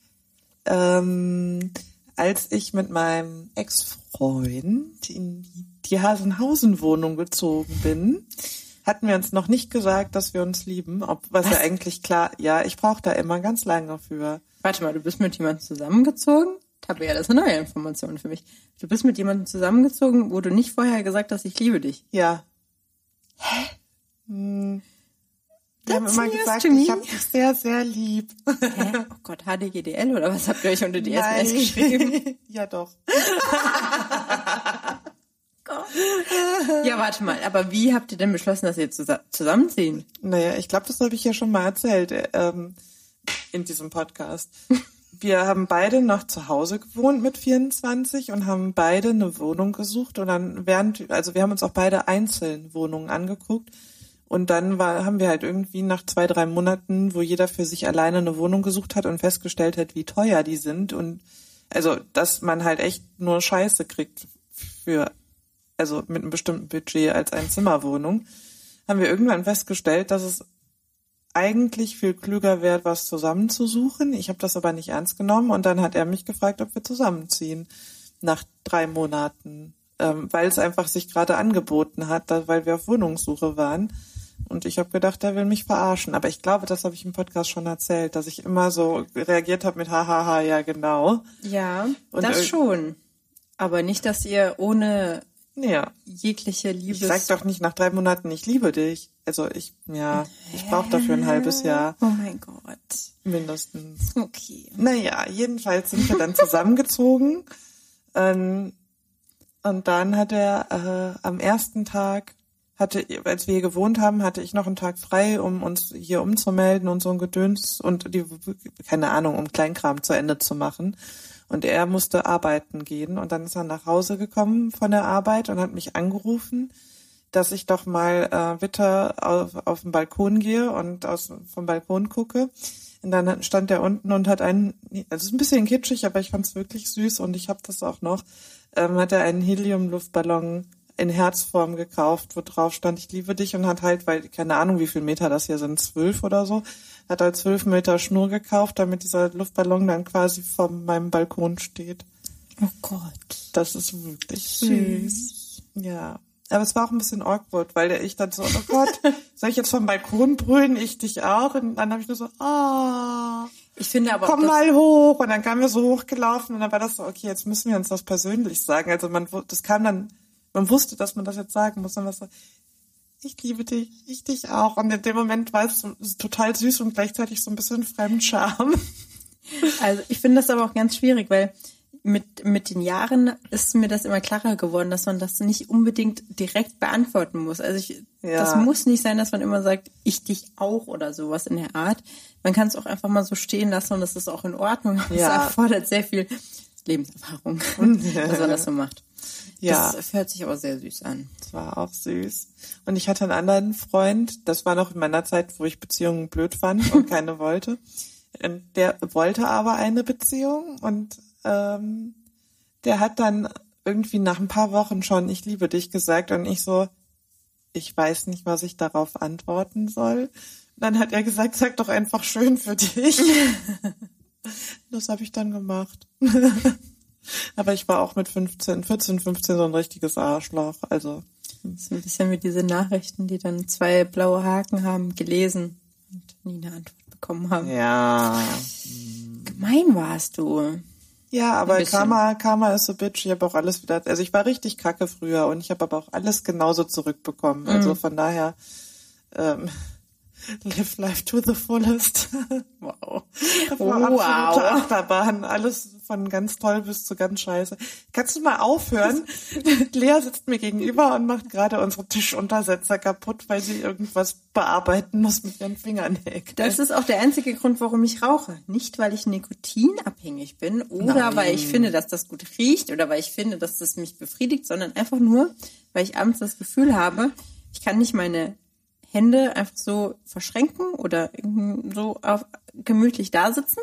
Als ich mit meinem Ex-Freund in die Hasenhausen-Wohnung gezogen bin, hatten wir uns noch nicht gesagt, dass wir uns lieben. Was ja eigentlich klar, ja, ich brauche da immer ganz lange für. Warte mal, du bist mit jemandem zusammengezogen? Tabea, das ist eine neue Information für mich. Du bist mit jemandem zusammengezogen, wo du nicht vorher gesagt hast, ich liebe dich. Ja. Wir haben That's immer news gesagt, to me. ich habe dich sehr, sehr lieb. Hä? Oh Gott, HDGDL oder was habt ihr euch unter die SMS geschrieben? Ja, doch. Ja, warte mal, aber wie habt ihr denn beschlossen, dass ihr zusammenziehen? Naja, ich glaube, das habe ich ja schon mal erzählt in diesem Podcast. Wir haben beide noch zu Hause gewohnt mit 24 und haben beide eine Wohnung gesucht und dann wir haben uns auch beide einzeln Wohnungen angeguckt und dann haben wir halt irgendwie nach 2-3 Monaten, wo jeder für sich alleine eine Wohnung gesucht hat und festgestellt hat, wie teuer die sind und also, dass man halt echt nur Scheiße kriegt also mit einem bestimmten Budget als Einzimmerwohnung, haben wir irgendwann festgestellt, dass es eigentlich viel klüger wäre, was zusammenzusuchen. Ich habe das aber nicht ernst genommen und dann hat er mich gefragt, ob wir zusammenziehen nach 3 Monaten, weil es einfach sich gerade angeboten hat, weil wir auf Wohnungssuche waren. Und ich habe gedacht, er will mich verarschen. Aber ich glaube, das habe ich im Podcast schon erzählt, dass ich immer so reagiert habe mit hahaha, ja genau. Ja, Und das schon. Aber nicht, dass ihr ohne Ja. jegliche Ich sag doch nicht nach 3 Monaten, ich liebe dich. Also ich brauche dafür ein halbes Jahr Oh mein Gott. mindestens. Okay. Naja, jedenfalls sind wir dann zusammengezogen. Und dann hat er am ersten Tag, als wir hier gewohnt haben, hatte ich noch einen Tag frei, um uns hier umzumelden und so ein Gedöns und keine Ahnung, um Kleinkram zu Ende zu machen. Und er musste arbeiten gehen und dann ist er nach Hause gekommen von der Arbeit und hat mich angerufen, dass ich doch mal bitte auf den Balkon gehe und vom Balkon gucke. Und dann stand er unten und hat also es ist ein bisschen kitschig, aber ich fand es wirklich süß und ich habe das auch noch, hat er einen Helium-Luftballon in Herzform gekauft, wo drauf stand, ich liebe dich und hat halt, weil keine Ahnung, wie viel Meter das hier sind, 12 oder so, hat halt 12 Meter Schnur gekauft, damit dieser Luftballon dann quasi vor meinem Balkon steht. Oh Gott. Das ist wirklich süß. Ja. Aber es war auch ein bisschen awkward, weil ich dann so, oh Gott, soll ich jetzt vom Balkon brüllen? Ich dich auch? Und dann habe ich nur so, ich finde aber komm mal hoch. Und dann kamen wir so hochgelaufen und dann war das so, okay, jetzt müssen wir uns das persönlich sagen. Also das kam dann, man wusste, dass man das jetzt sagen muss. Und dann war so, ich liebe dich, ich dich auch. Und in dem Moment war es total süß und gleichzeitig so ein bisschen Fremdscham. Also ich finde das aber auch ganz schwierig, weil mit den Jahren ist mir das immer klarer geworden, dass man das nicht unbedingt direkt beantworten muss. Also das muss nicht sein, dass man immer sagt, ich dich auch oder sowas in der Art. Man kann es auch einfach mal so stehen lassen und das ist auch in Ordnung. Das erfordert sehr viel Lebenserfahrung, dass man das so macht. Ja. Das hört sich aber sehr süß an. Das war auch süß. Und ich hatte einen anderen Freund, das war noch in meiner Zeit, wo ich Beziehungen blöd fand und keine wollte. Der wollte aber eine Beziehung und der hat dann irgendwie nach ein paar Wochen schon ich liebe dich gesagt und ich so, ich weiß nicht, was ich darauf antworten soll. Und dann hat er gesagt, sag doch einfach schön für dich. Das habe ich dann gemacht. Aber ich war auch mit 14, 15 so ein richtiges Arschloch. Also das ist ein bisschen wie diese Nachrichten, die dann 2 blaue Haken haben, gelesen und nie eine Antwort bekommen haben. Ja. Gemein warst du. Ja, aber Karma ist so bitch. Ich habe auch alles wieder, also ich war richtig kacke früher und ich habe aber auch alles genauso zurückbekommen. Also von daher, live life to the fullest. Wow. Absolute Achterbahn. Alles von ganz toll bis zu ganz scheiße. Kannst du mal aufhören? Lea sitzt mir gegenüber und macht gerade unsere Tischuntersetzer kaputt, weil sie irgendwas bearbeiten muss mit ihren Fingernägeln. Das ist auch der einzige Grund, warum ich rauche. Nicht, weil ich nikotinabhängig bin oder weil ich finde, dass das gut riecht oder weil ich finde, dass das mich befriedigt, sondern einfach nur, weil ich abends das Gefühl habe, ich kann nicht meine Hände einfach so verschränken oder so gemütlich da sitzen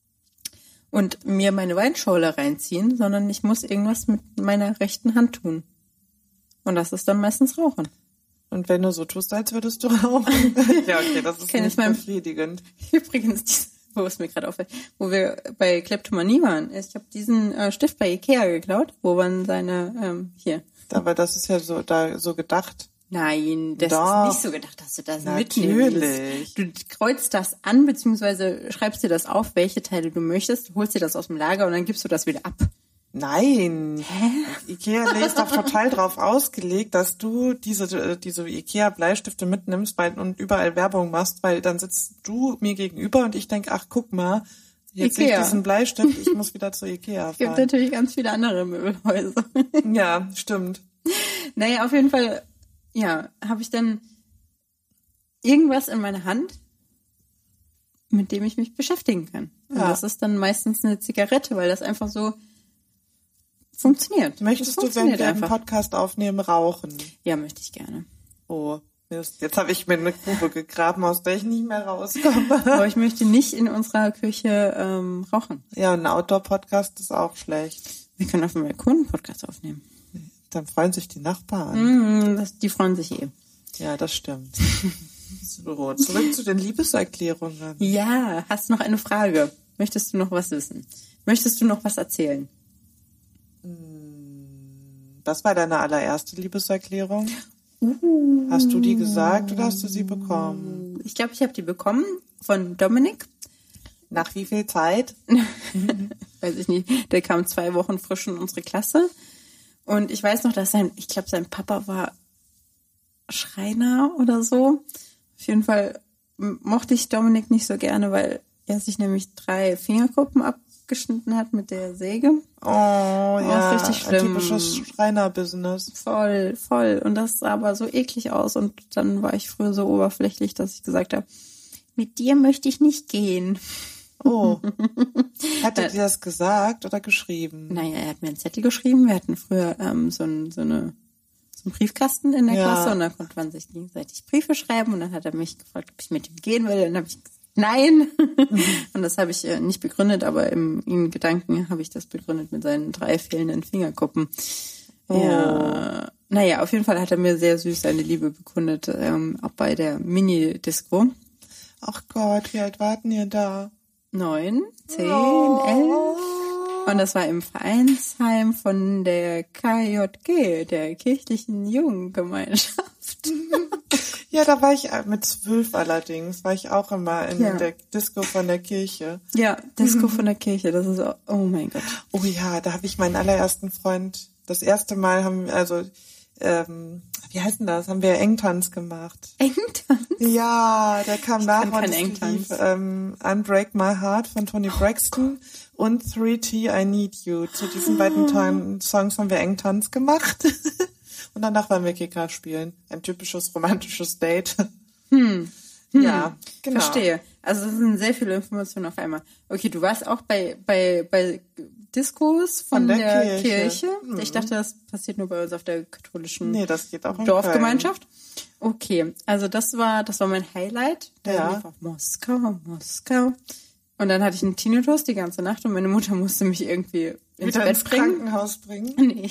und mir meine Weinschorle reinziehen, sondern ich muss irgendwas mit meiner rechten Hand tun. Und das ist dann meistens Rauchen. Und wenn du so tust, als würdest du rauchen? Ja, okay, das ist nicht befriedigend. Übrigens, wo es mir gerade auffällt, wo wir bei Kleptomanie waren. Ich habe diesen Stift bei Ikea geklaut, wo man seine, hier. Aber das ist ja so gedacht. Nein, das ist nicht so gedacht, dass du das mitnimmst. Du kreuzt das an, beziehungsweise schreibst dir das auf, welche Teile du möchtest, holst dir das aus dem Lager und dann gibst du das wieder ab. Nein. Hä? Ikea ist doch total drauf ausgelegt, dass du diese Ikea-Bleistifte mitnimmst und überall Werbung machst, weil dann sitzt du mir gegenüber und ich denke, ach, guck mal, jetzt sehe ich diesen Bleistift, ich muss wieder zu Ikea fahren. Es gibt natürlich ganz viele andere Möbelhäuser. Ja, stimmt. Naja, auf jeden Fall, ja, habe ich dann irgendwas in meiner Hand, mit dem ich mich beschäftigen kann. Und das ist dann meistens eine Zigarette, weil das einfach so funktioniert. Möchtest du, wenn wir einen Podcast aufnehmen, rauchen? Ja, möchte ich gerne. Oh, Mist. Jetzt habe ich mir eine Grube gegraben, aus der ich nicht mehr rauskomme. Aber ich möchte nicht in unserer Küche rauchen. Ja, ein Outdoor-Podcast ist auch schlecht. Wir können auf dem Balkon einen Podcast aufnehmen. Dann freuen sich die Nachbarn. Die freuen sich eh. Ja, das stimmt. So, zurück zu den Liebeserklärungen. Ja, hast du noch eine Frage? Möchtest du noch was wissen? Möchtest du noch was erzählen? Was war deine allererste Liebeserklärung? Hast du die gesagt oder hast du sie bekommen? Ich glaube, ich habe die bekommen von Dominik. Nach wie viel Zeit? Weiß ich nicht. Der kam 2 Wochen frisch in unsere Klasse. Und ich weiß noch, dass sein Papa war Schreiner oder so. Auf jeden Fall mochte ich Dominik nicht so gerne, weil er sich nämlich 3 Fingerkuppen abgeschnitten hat mit der Säge. Oh, ja. Das ist richtig schlimm. Ein typisches Schreiner-Business. Voll. Und das sah aber so eklig aus. Und dann war ich früher so oberflächlich, dass ich gesagt habe, mit dir möchte ich nicht gehen. Oh. Hat er dir das gesagt oder geschrieben? Naja, er hat mir einen Zettel geschrieben. Wir hatten früher so einen Briefkasten in der Klasse und da konnte man sich gegenseitig Briefe schreiben und dann hat er mich gefragt, ob ich mit ihm gehen will. Und dann habe ich gesagt, nein. Und das habe ich nicht begründet, aber in Gedanken habe ich das begründet mit seinen 3 fehlenden Fingerkuppen. Oh. Ja. Naja, auf jeden Fall hat er mir sehr süß seine Liebe bekundet, auch bei der Mini-Disco. Ach Gott, wie alt warten ihr da? 9, 10, 11. Und das war im Vereinsheim von der KJG, der kirchlichen Jugendgemeinschaft. Ja, da war ich mit 12 allerdings, war ich auch immer in der Disco von der Kirche. Ja, Disco von der Kirche, das ist, oh mein Gott. Oh ja, da habe ich meinen allerersten Freund, das erste Mal haben wir, also, wie heißt denn das? Haben wir Engtanz gemacht. Engtanz? Ja, der kam nach und Engtanz. lief Unbreak My Heart von Toni Braxton und 3T I Need You. Zu diesen beiden Songs haben wir Engtanz gemacht. Und danach waren wir Kicker spielen. Ein typisches romantisches Date. Ja, genau. Verstehe. Also es sind sehr viele Informationen auf einmal. Okay, du warst auch bei Diskos von der Kirche. Ich dachte, das passiert nur bei uns auf der katholischen das geht auch in Dorfgemeinschaft. Okay, also das war mein Highlight. Da lief auf Moskau. Und dann hatte ich einen Tinnitus die ganze Nacht und meine Mutter musste mich irgendwie ins Bett bringen. Krankenhaus bringen? Nee,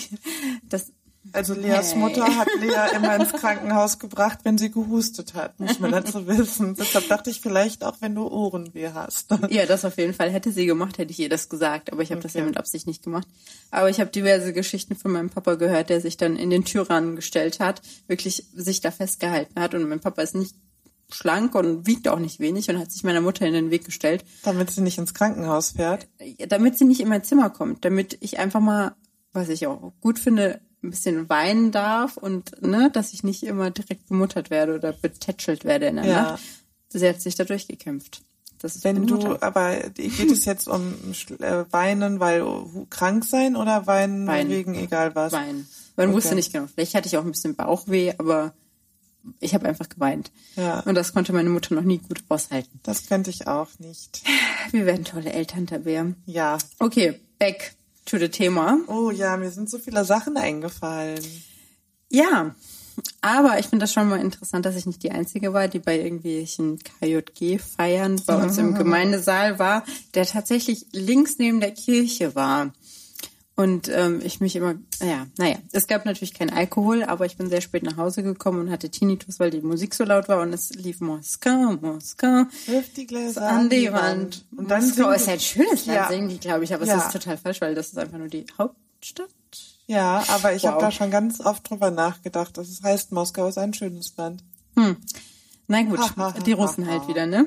Also Leas Mutter hat Lea immer ins Krankenhaus gebracht, wenn sie gehustet hat, muss man dazu wissen. Deshalb dachte ich vielleicht auch, wenn du Ohrenweh hast. Ja, das auf jeden Fall. Hätte sie gemacht, hätte ich ihr das gesagt. Aber ich habe das ja mit Absicht nicht gemacht. Aber ich habe diverse Geschichten von meinem Papa gehört, der sich dann in den Türrahmen gestellt hat, wirklich sich da festgehalten hat. Und mein Papa ist nicht schlank und wiegt auch nicht wenig und hat sich meiner Mutter in den Weg gestellt. Damit sie nicht ins Krankenhaus fährt? Damit sie nicht in mein Zimmer kommt. Damit ich einfach mal, was ich auch gut finde, ein bisschen weinen darf und dass ich nicht immer direkt bemuttert werde oder betätschelt werde in der Nacht. Sie hat sich da durchgekämpft. Das ist aber geht es jetzt um Weinen, weil krank sein oder Weinen wegen egal was? Weinen. Man wusste nicht genau. Vielleicht hatte ich auch ein bisschen Bauchweh, aber ich habe einfach geweint. Ja. Und das konnte meine Mutter noch nie gut aushalten. Das könnte ich auch nicht. Wir werden tolle Eltern, Tabea. Ja. Okay, back to the Thema. Oh ja, mir sind so viele Sachen eingefallen. Ja, aber ich finde das schon mal interessant, dass ich nicht die Einzige war, die bei irgendwelchen KJG-Feiern bei uns im Gemeindesaal war, der tatsächlich links neben der Kirche war. Und ich mich immer, es gab natürlich keinen Alkohol, aber ich bin sehr spät nach Hause gekommen und hatte Tinnitus, weil die Musik so laut war und es lief Moskau. Wirf die Gläser an die Wand. Und dann Moskau ist ein schönes Land, singen die, glaube ich, aber es ist total falsch, weil das ist einfach nur die Hauptstadt. Ja, aber ich habe da schon ganz oft drüber nachgedacht, dass es heißt, Moskau ist ein schönes Land. Na gut, die Russen halt wieder, ne?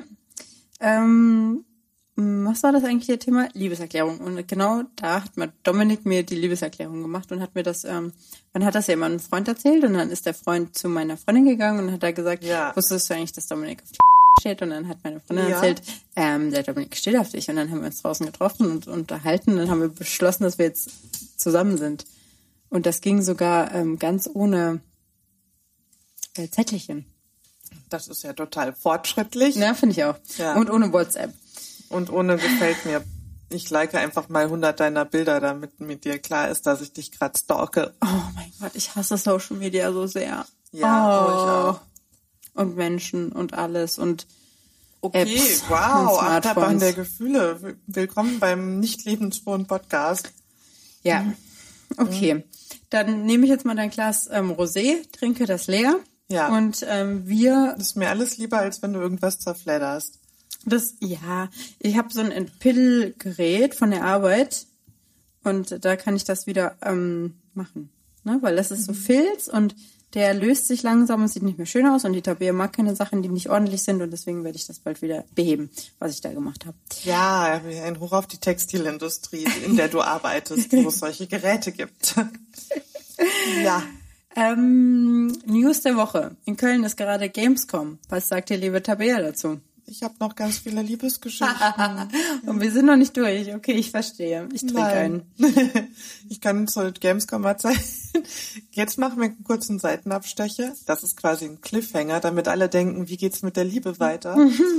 Was war das eigentlich, der Thema? Liebeserklärung. Und genau da hat Dominik mir die Liebeserklärung gemacht und hat mir das, man hat das ja immer einem Freund erzählt und dann ist der Freund zu meiner Freundin gegangen und hat da gesagt, wusstest du eigentlich, dass Dominik auf die steht? Und dann hat meine Freundin erzählt, der Dominik steht auf dich. Und dann haben wir uns draußen getroffen und unterhalten und dann haben wir beschlossen, dass wir jetzt zusammen sind. Und das ging sogar ganz ohne Zettelchen. Das ist ja total fortschrittlich. Ja, finde ich auch. Ja. Und ohne WhatsApp. Und ohne gefällt mir. Ich like einfach mal 100 deiner Bilder, damit mit dir klar ist, dass ich dich gerade stalke. Oh mein Gott, ich hasse Social Media so sehr. Ja, ich auch. Und Menschen und alles und okay, Apps wow, Achterbahn der Gefühle. Willkommen beim Nicht-Lebensfrohen-Podcast. Ja, okay. Dann nehme ich jetzt mal dein Glas Rosé, trinke das leer. Ja. Und das ist mir alles lieber, als wenn du irgendwas zerfledderst. Ich habe so ein Entpiddelgerät von der Arbeit und da kann ich das wieder machen, ne? Weil das ist so Filz und der löst sich langsam und sieht nicht mehr schön aus und die Tabea mag keine Sachen, die nicht ordentlich sind und deswegen werde ich das bald wieder beheben, was ich da gemacht habe. Ja, ein Hoch auf die Textilindustrie, in der du arbeitest, wo es solche Geräte gibt. Ja. News der Woche. In Köln ist gerade Gamescom. Was sagt ihr, liebe Tabea, dazu? Ich habe noch ganz viele Liebesgeschichten. Und wir sind noch nicht durch. Okay, ich verstehe. Ich trinke einen. Ich kann zu Gamescom erzählen. Jetzt machen wir einen kurzen Seitenabstecher. Das ist quasi ein Cliffhanger, damit alle denken, wie geht's mit der Liebe weiter?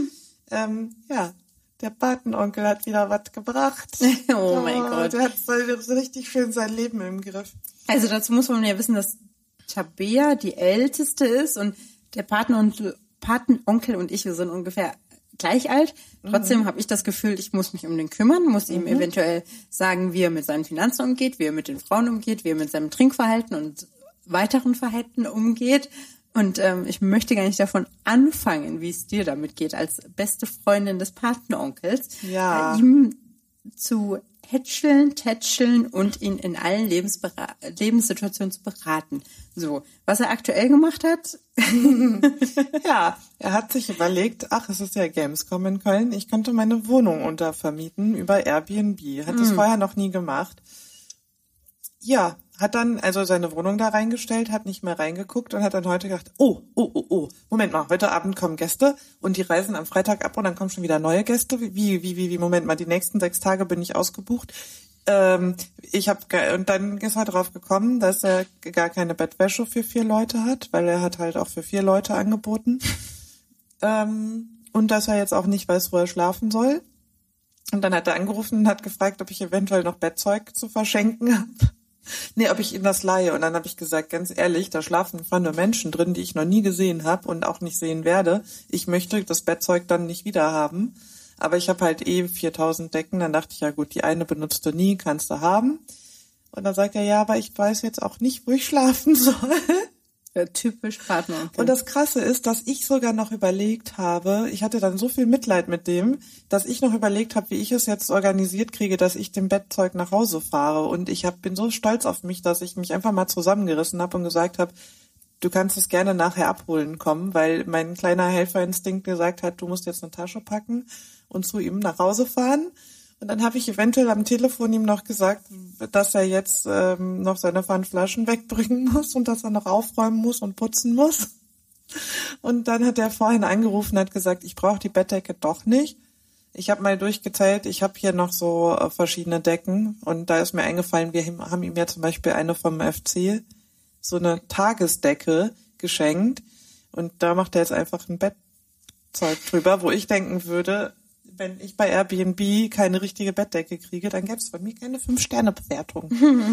Der Patenonkel hat wieder was gebracht. Oh mein Gott. Der hat so richtig schön sein Leben im Griff. Also dazu muss man ja wissen, dass Tabea die Älteste ist und der Patenonkel und ich, wir sind ungefähr gleich alt. Trotzdem habe ich das Gefühl, ich muss mich um den kümmern, muss ihm eventuell sagen, wie er mit seinen Finanzen umgeht, wie er mit den Frauen umgeht, wie er mit seinem Trinkverhalten und weiteren Verhalten umgeht. Und ich möchte gar nicht davon anfangen, wie es dir damit geht, als beste Freundin des Patenonkels, ihm zu hätscheln, tätscheln und ihn in allen Lebenssituationen zu beraten. So, was er aktuell gemacht hat? Ja, er hat sich überlegt, ach, es ist ja Gamescom in Köln, ich könnte meine Wohnung untervermieten über Airbnb. Hat das vorher noch nie gemacht. Ja, hat dann also seine Wohnung da reingestellt, hat nicht mehr reingeguckt und hat dann heute gedacht, oh, Moment mal, heute Abend kommen Gäste und die reisen am Freitag ab und dann kommen schon wieder neue Gäste. Wie, Moment mal, die nächsten 6 Tage bin ich ausgebucht. Und dann ist er drauf gekommen, dass er gar keine Bettwäsche für 4 Leute hat, weil er hat halt auch für 4 Leute angeboten. Und dass er jetzt auch nicht weiß, wo er schlafen soll. Und dann hat er angerufen und hat gefragt, ob ich eventuell noch Bettzeug zu verschenken habe. Nee, ob ich ihm das leihe. Und dann habe ich gesagt, ganz ehrlich, da schlafen einfach nur Menschen drin, die ich noch nie gesehen habe und auch nicht sehen werde. Ich möchte das Bettzeug dann nicht wieder haben. Aber ich habe halt 4000 Decken. Dann dachte ich, ja gut, die eine benutzt du nie, kannst du haben. Und dann sagt er, ja, aber ich weiß jetzt auch nicht, wo ich schlafen soll. Ja, typisch Partner. Okay. Und das Krasse ist, dass ich sogar noch überlegt habe, ich hatte dann so viel Mitleid mit dem, dass ich noch überlegt habe, wie ich es jetzt organisiert kriege, dass ich dem Bettzeug nach Hause fahre. Und ich bin so stolz auf mich, dass ich mich einfach mal zusammengerissen habe und gesagt habe, du kannst es gerne nachher abholen kommen, weil mein kleiner Helferinstinkt gesagt hat, du musst jetzt eine Tasche packen und zu ihm nach Hause fahren. Und dann habe ich eventuell am Telefon ihm noch gesagt, dass er jetzt noch seine Pfandflaschen wegbringen muss und dass er noch aufräumen muss und putzen muss. Und dann hat er vorhin angerufen und hat gesagt, ich brauche die Bettdecke doch nicht. Ich habe mal durchgezählt, ich habe hier noch so verschiedene Decken und da ist mir eingefallen, wir haben ihm ja zum Beispiel eine vom FC, so eine Tagesdecke geschenkt und da macht er jetzt einfach ein Bettzeug drüber, wo ich denken würde, wenn ich bei Airbnb keine richtige Bettdecke kriege, dann gäbe es bei mir keine 5-Sterne-Bewertung.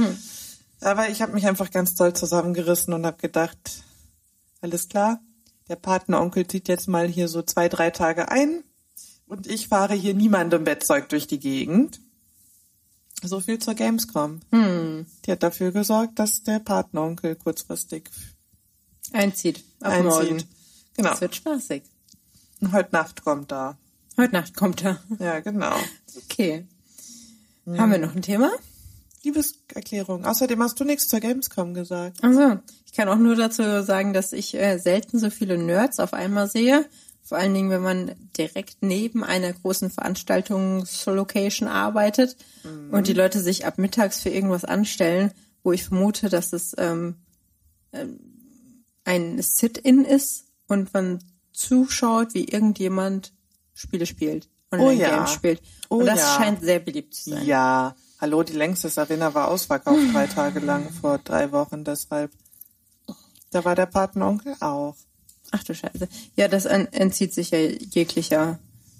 Aber ich habe mich einfach ganz doll zusammengerissen und habe gedacht, alles klar, der Patenonkel zieht jetzt mal hier so 2-3 Tage ein und ich fahre hier niemandem Bettzeug durch die Gegend. So viel zur Gamescom. Die hat dafür gesorgt, dass der Patenonkel kurzfristig einzieht. Morgen. Genau. Das wird spaßig. Und heute Nacht kommt er. Heute Nacht kommt er. Ja, genau. Okay. Haben wir noch ein Thema? Liebeserklärung. Außerdem hast du nichts zur Gamescom gesagt. Also, ich kann auch nur dazu sagen, dass ich selten so viele Nerds auf einmal sehe. Vor allen Dingen, wenn man direkt neben einer großen Veranstaltungslocation arbeitet und die Leute sich ab mittags für irgendwas anstellen, wo ich vermute, dass es ein Sit-in ist und man zuschaut, wie irgendjemand Spiele spielt, Online-Games spielt. Und das scheint sehr beliebt zu sein. Ja, hallo, die Längstes Arena war ausverkauft 3 Tage lang vor 3 Wochen, deshalb. Da war der Patenonkel auch. Ach du Scheiße. Ja, das entzieht sich ja jeglichem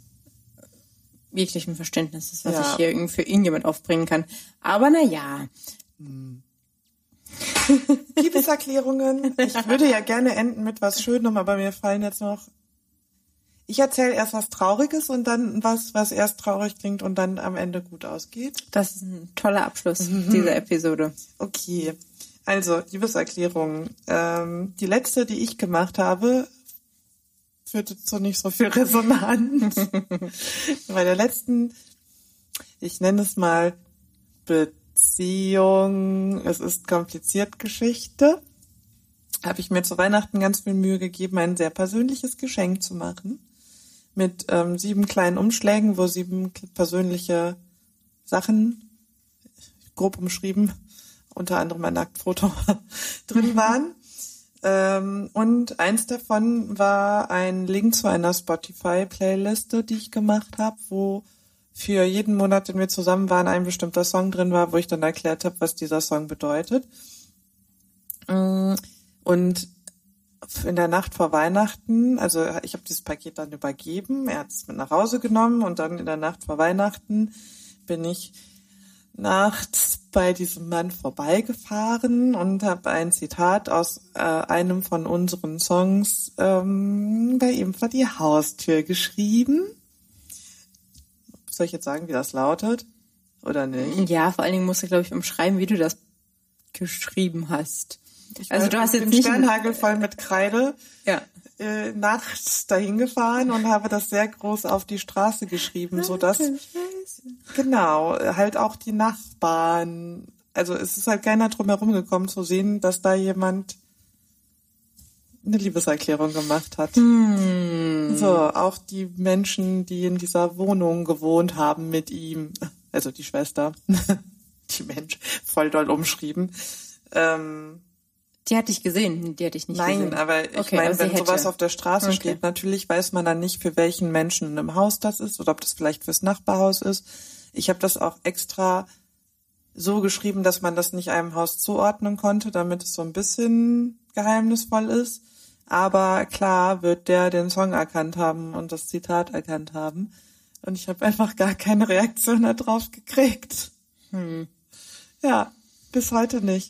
Verständnis, was ich hier irgendwie für irgendjemand aufbringen kann. Aber naja. Liebeserklärungen. Ich würde ja gerne enden mit was Schönem, aber mir fallen jetzt noch. Ich erzähle erst was Trauriges und dann was erst traurig klingt und dann am Ende gut ausgeht. Das ist ein toller Abschluss dieser Episode. Okay. Also, Liebeserklärung. Die letzte, die ich gemacht habe, führte zu nicht so viel Resonanz. Bei der letzten, ich nenne es mal Beziehung, es ist kompliziert Geschichte, habe ich mir zu Weihnachten ganz viel Mühe gegeben, ein sehr persönliches Geschenk zu machen. Mit 7 kleinen Umschlägen, wo 7 persönliche Sachen, grob umschrieben, unter anderem ein Nacktfoto drin waren. Und eins davon war ein Link zu einer Spotify-Playliste, die ich gemacht habe, wo für jeden Monat, den wir zusammen waren, ein bestimmter Song drin war, wo ich dann erklärt habe, was dieser Song bedeutet. Und in der Nacht vor Weihnachten, also ich habe dieses Paket dann übergeben, er hat es mit nach Hause genommen und dann in der Nacht vor Weihnachten bin ich nachts bei diesem Mann vorbeigefahren und habe ein Zitat aus einem von unseren Songs bei ihm vor die Haustür geschrieben. Soll ich jetzt sagen, wie das lautet? Oder nicht? Ja, vor allen Dingen musst du, glaube ich, umschreiben, wie du das geschrieben hast. Also du hast jetzt den nicht Sternhagel voll mit Kreide nachts dahin gefahren und habe das sehr groß auf die Straße geschrieben, sodass genau, halt auch die Nachbarn, also es ist halt keiner drum herum gekommen zu sehen, dass da jemand eine Liebeserklärung gemacht hat. So, auch die Menschen, die in dieser Wohnung gewohnt haben mit ihm, also die Schwester, die Mensch, voll doll umschrieben. Die hat dich gesehen, die hat dich nicht gesehen. Nein, aber ich meine, wenn sowas auf der Straße steht, natürlich weiß man dann nicht, für welchen Menschen in einem Haus das ist oder ob das vielleicht fürs Nachbarhaus ist. Ich habe das auch extra so geschrieben, dass man das nicht einem Haus zuordnen konnte, damit es so ein bisschen geheimnisvoll ist. Aber klar wird der den Song erkannt haben und das Zitat erkannt haben. Und ich habe einfach gar keine Reaktion darauf gekriegt. Ja, bis heute nicht.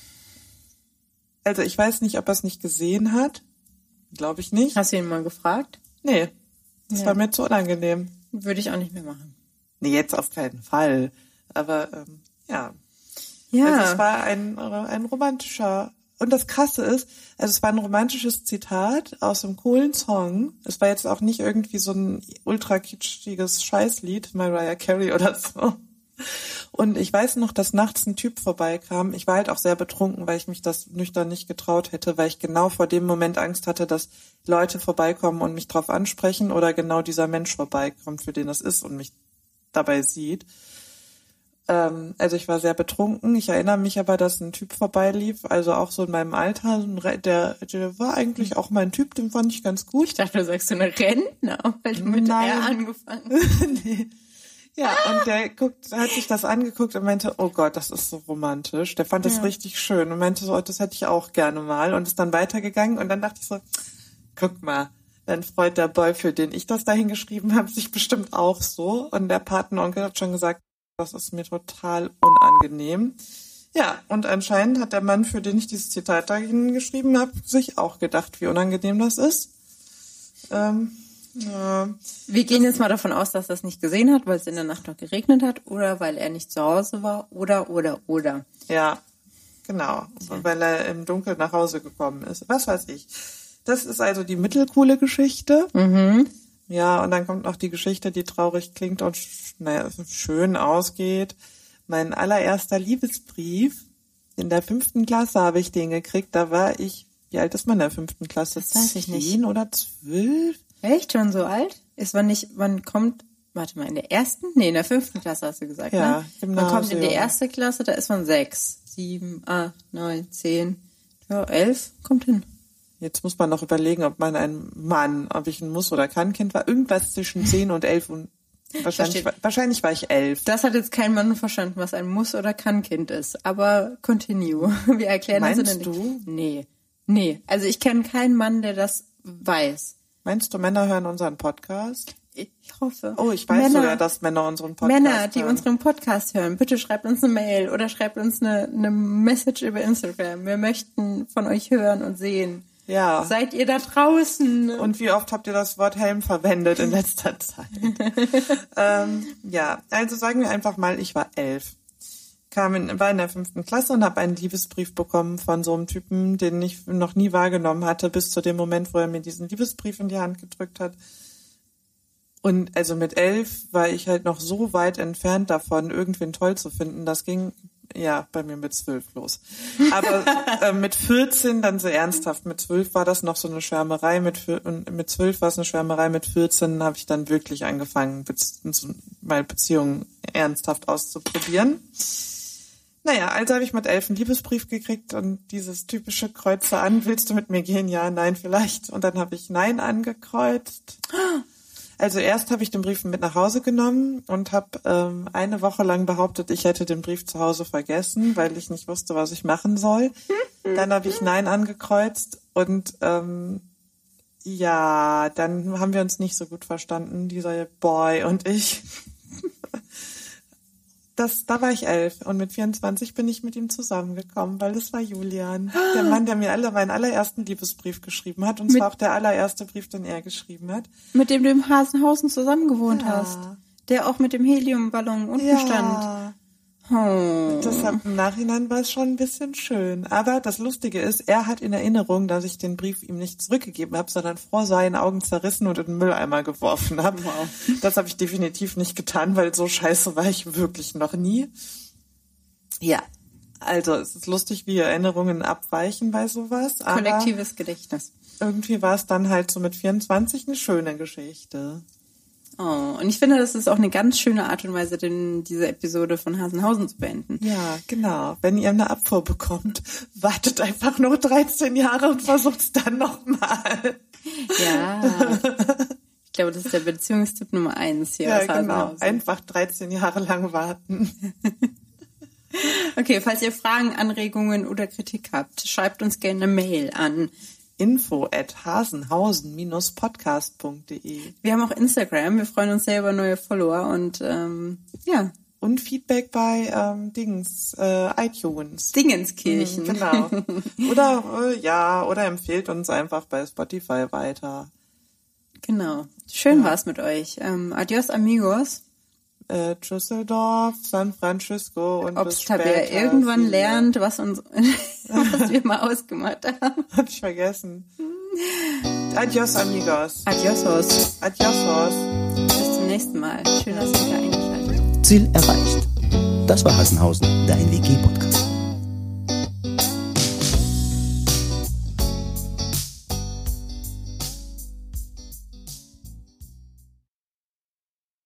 Also ich weiß nicht, ob er es nicht gesehen hat. Glaube ich nicht. Hast du ihn mal gefragt? Nee, das war mir zu unangenehm. Würde ich auch nicht mehr machen. Nee, jetzt auf keinen Fall. Aber ja. Ja. Also es war ein romantischer... Und das Krasse ist, also es war ein romantisches Zitat aus einem coolen Song. Es war jetzt auch nicht irgendwie so ein ultra kitschiges Scheißlied, Mariah Carey oder so. Und ich weiß noch, dass nachts ein Typ vorbeikam. Ich war halt auch sehr betrunken, weil ich mich das nüchtern nicht getraut hätte, weil ich genau vor dem Moment Angst hatte, dass Leute vorbeikommen und mich drauf ansprechen oder genau dieser Mensch vorbeikommt, für den das ist und mich dabei sieht. Also ich war sehr betrunken. Ich erinnere mich aber, dass ein Typ vorbeilief, also auch so in meinem Alter. Der war eigentlich auch mein Typ, den fand ich ganz gut. Ich dachte, du sagst so eine Rentner, weil du mit R angefangen hast. Nee. Ja, und der hat sich das angeguckt und meinte, oh Gott, das ist so romantisch. Der fand das richtig schön und meinte so, das hätte ich auch gerne mal und ist dann weitergegangen. Und dann dachte ich so, guck mal, dein Freund, der Boy, für den ich das dahin geschrieben habe, sich bestimmt auch so. Und der Patenonkel hat schon gesagt, das ist mir total unangenehm. Ja, und anscheinend hat der Mann, für den ich dieses Zitat dahin geschrieben habe, sich auch gedacht, wie unangenehm das ist. Ja. Wir gehen jetzt mal davon aus, dass er es nicht gesehen hat, weil es in der Nacht noch geregnet hat oder weil er nicht zu Hause war oder. Ja, genau. Und weil er im Dunkeln nach Hause gekommen ist. Was weiß ich. Das ist also die mittelcoole Geschichte. Ja, und dann kommt noch die Geschichte, die traurig klingt und schön ausgeht. Mein allererster Liebesbrief. In der 5. Klasse habe ich den gekriegt. Da war ich, wie alt ist man in der 5. Klasse? Das weiß ich nicht. 10 oder 12? Echt? Schon so alt? Wann kommt, warte mal, in der 1.? Nee, in der 5. Klasse hast du gesagt, ja, ne? Gymnasium. Man kommt in die 1. Klasse, da ist man 6, 7, 8, 9, 10, ja, 11, kommt hin. Jetzt muss man noch überlegen, ob man ein Mann, ob ich ein Muss- oder Kann-Kind war. Irgendwas zwischen 10 und 11 und wahrscheinlich war ich 11. Das hat jetzt kein Mann verstanden, was ein Muss- oder Kann-Kind ist. Aber continue. Wir erklären das. Meinst du? Nee. Also ich kenne keinen Mann, der das weiß. Meinst du, Männer hören unseren Podcast? Ich hoffe. Oh, ich weiß sogar, dass Männer unseren Podcast Männer, die unseren Podcast hören, bitte schreibt uns eine Mail oder schreibt uns eine Message über Instagram. Wir möchten von euch hören und sehen. Ja. Seid ihr da draußen? Und wie oft habt ihr das Wort Helm verwendet in letzter Zeit? Ja, also sagen wir einfach mal, ich war 11. War in der 5. Klasse und habe einen Liebesbrief bekommen von so einem Typen, den ich noch nie wahrgenommen hatte, bis zu dem Moment, wo er mir diesen Liebesbrief in die Hand gedrückt hat. Und also mit 11 war ich halt noch so weit entfernt davon, irgendwen toll zu finden. Das ging ja bei mir mit 12 los. Aber mit 14 dann so ernsthaft. Mit 12 war das noch so eine Schwärmerei. Mit 12 war es eine Schwärmerei. Mit 14 habe ich dann wirklich angefangen, meine Beziehungen ernsthaft auszuprobieren. Naja, also habe ich mit 11 einen Liebesbrief gekriegt und dieses typische Kreuze an, willst du mit mir gehen? Ja, nein, vielleicht. Und dann habe ich Nein angekreuzt. Also erst habe ich den Brief mit nach Hause genommen und habe eine Woche lang behauptet, ich hätte den Brief zu Hause vergessen, weil ich nicht wusste, was ich machen soll. Dann habe ich Nein angekreuzt und ja, dann haben wir uns nicht so gut verstanden, dieser Boy und ich. Da war ich 11 und mit 24 bin ich mit ihm zusammengekommen, weil das war Julian, der Mann, der mir meinen allerersten Liebesbrief geschrieben hat und zwar auch der allererste Brief, den er geschrieben hat. Mit dem du im Hasenhausen zusammen gewohnt hast, der auch mit dem Heliumballon unten stand. Deshalb im Nachhinein war es schon ein bisschen schön. Aber das Lustige ist, er hat in Erinnerung, dass ich den Brief ihm nicht zurückgegeben habe, sondern vor seinen Augen zerrissen und in den Mülleimer geworfen habe. Wow. Das habe ich definitiv nicht getan, weil so scheiße war ich wirklich noch nie. Ja, also es ist lustig, wie Erinnerungen abweichen bei sowas. Kollektives Gedächtnis. Irgendwie war es dann halt so mit 24 eine schöne Geschichte. Oh, und ich finde, das ist auch eine ganz schöne Art und Weise, diese Episode von Hasenhausen zu beenden. Ja, genau. Wenn ihr eine Abfuhr bekommt, wartet einfach noch 13 Jahre und versucht es dann nochmal. Ja, ich glaube, das ist der Beziehungstipp Nummer 1 hier aus Hasenhausen. Genau. Einfach 13 Jahre lang warten. Okay, falls ihr Fragen, Anregungen oder Kritik habt, schreibt uns gerne eine Mail an info@hasenhausen-podcast.de. Wir haben auch Instagram. Wir freuen uns sehr über neue Follower und ja. Und Feedback bei iTunes. Dingenskirchen. Genau. Oder empfehlt uns einfach bei Spotify weiter. Genau. Schön war's mit euch. Adios, amigos. Düsseldorf, San Francisco und Ob's bis später. Tabea irgendwann lernt, was wir mal ausgemacht haben. Hab ich vergessen. Adios, amigos. Adiosos. Adiosos. Bis zum nächsten Mal. Schön, dass ihr wieder eingeschaltet habt. Ziel erreicht. Das war Hasenhausen, dein WG-Podcast.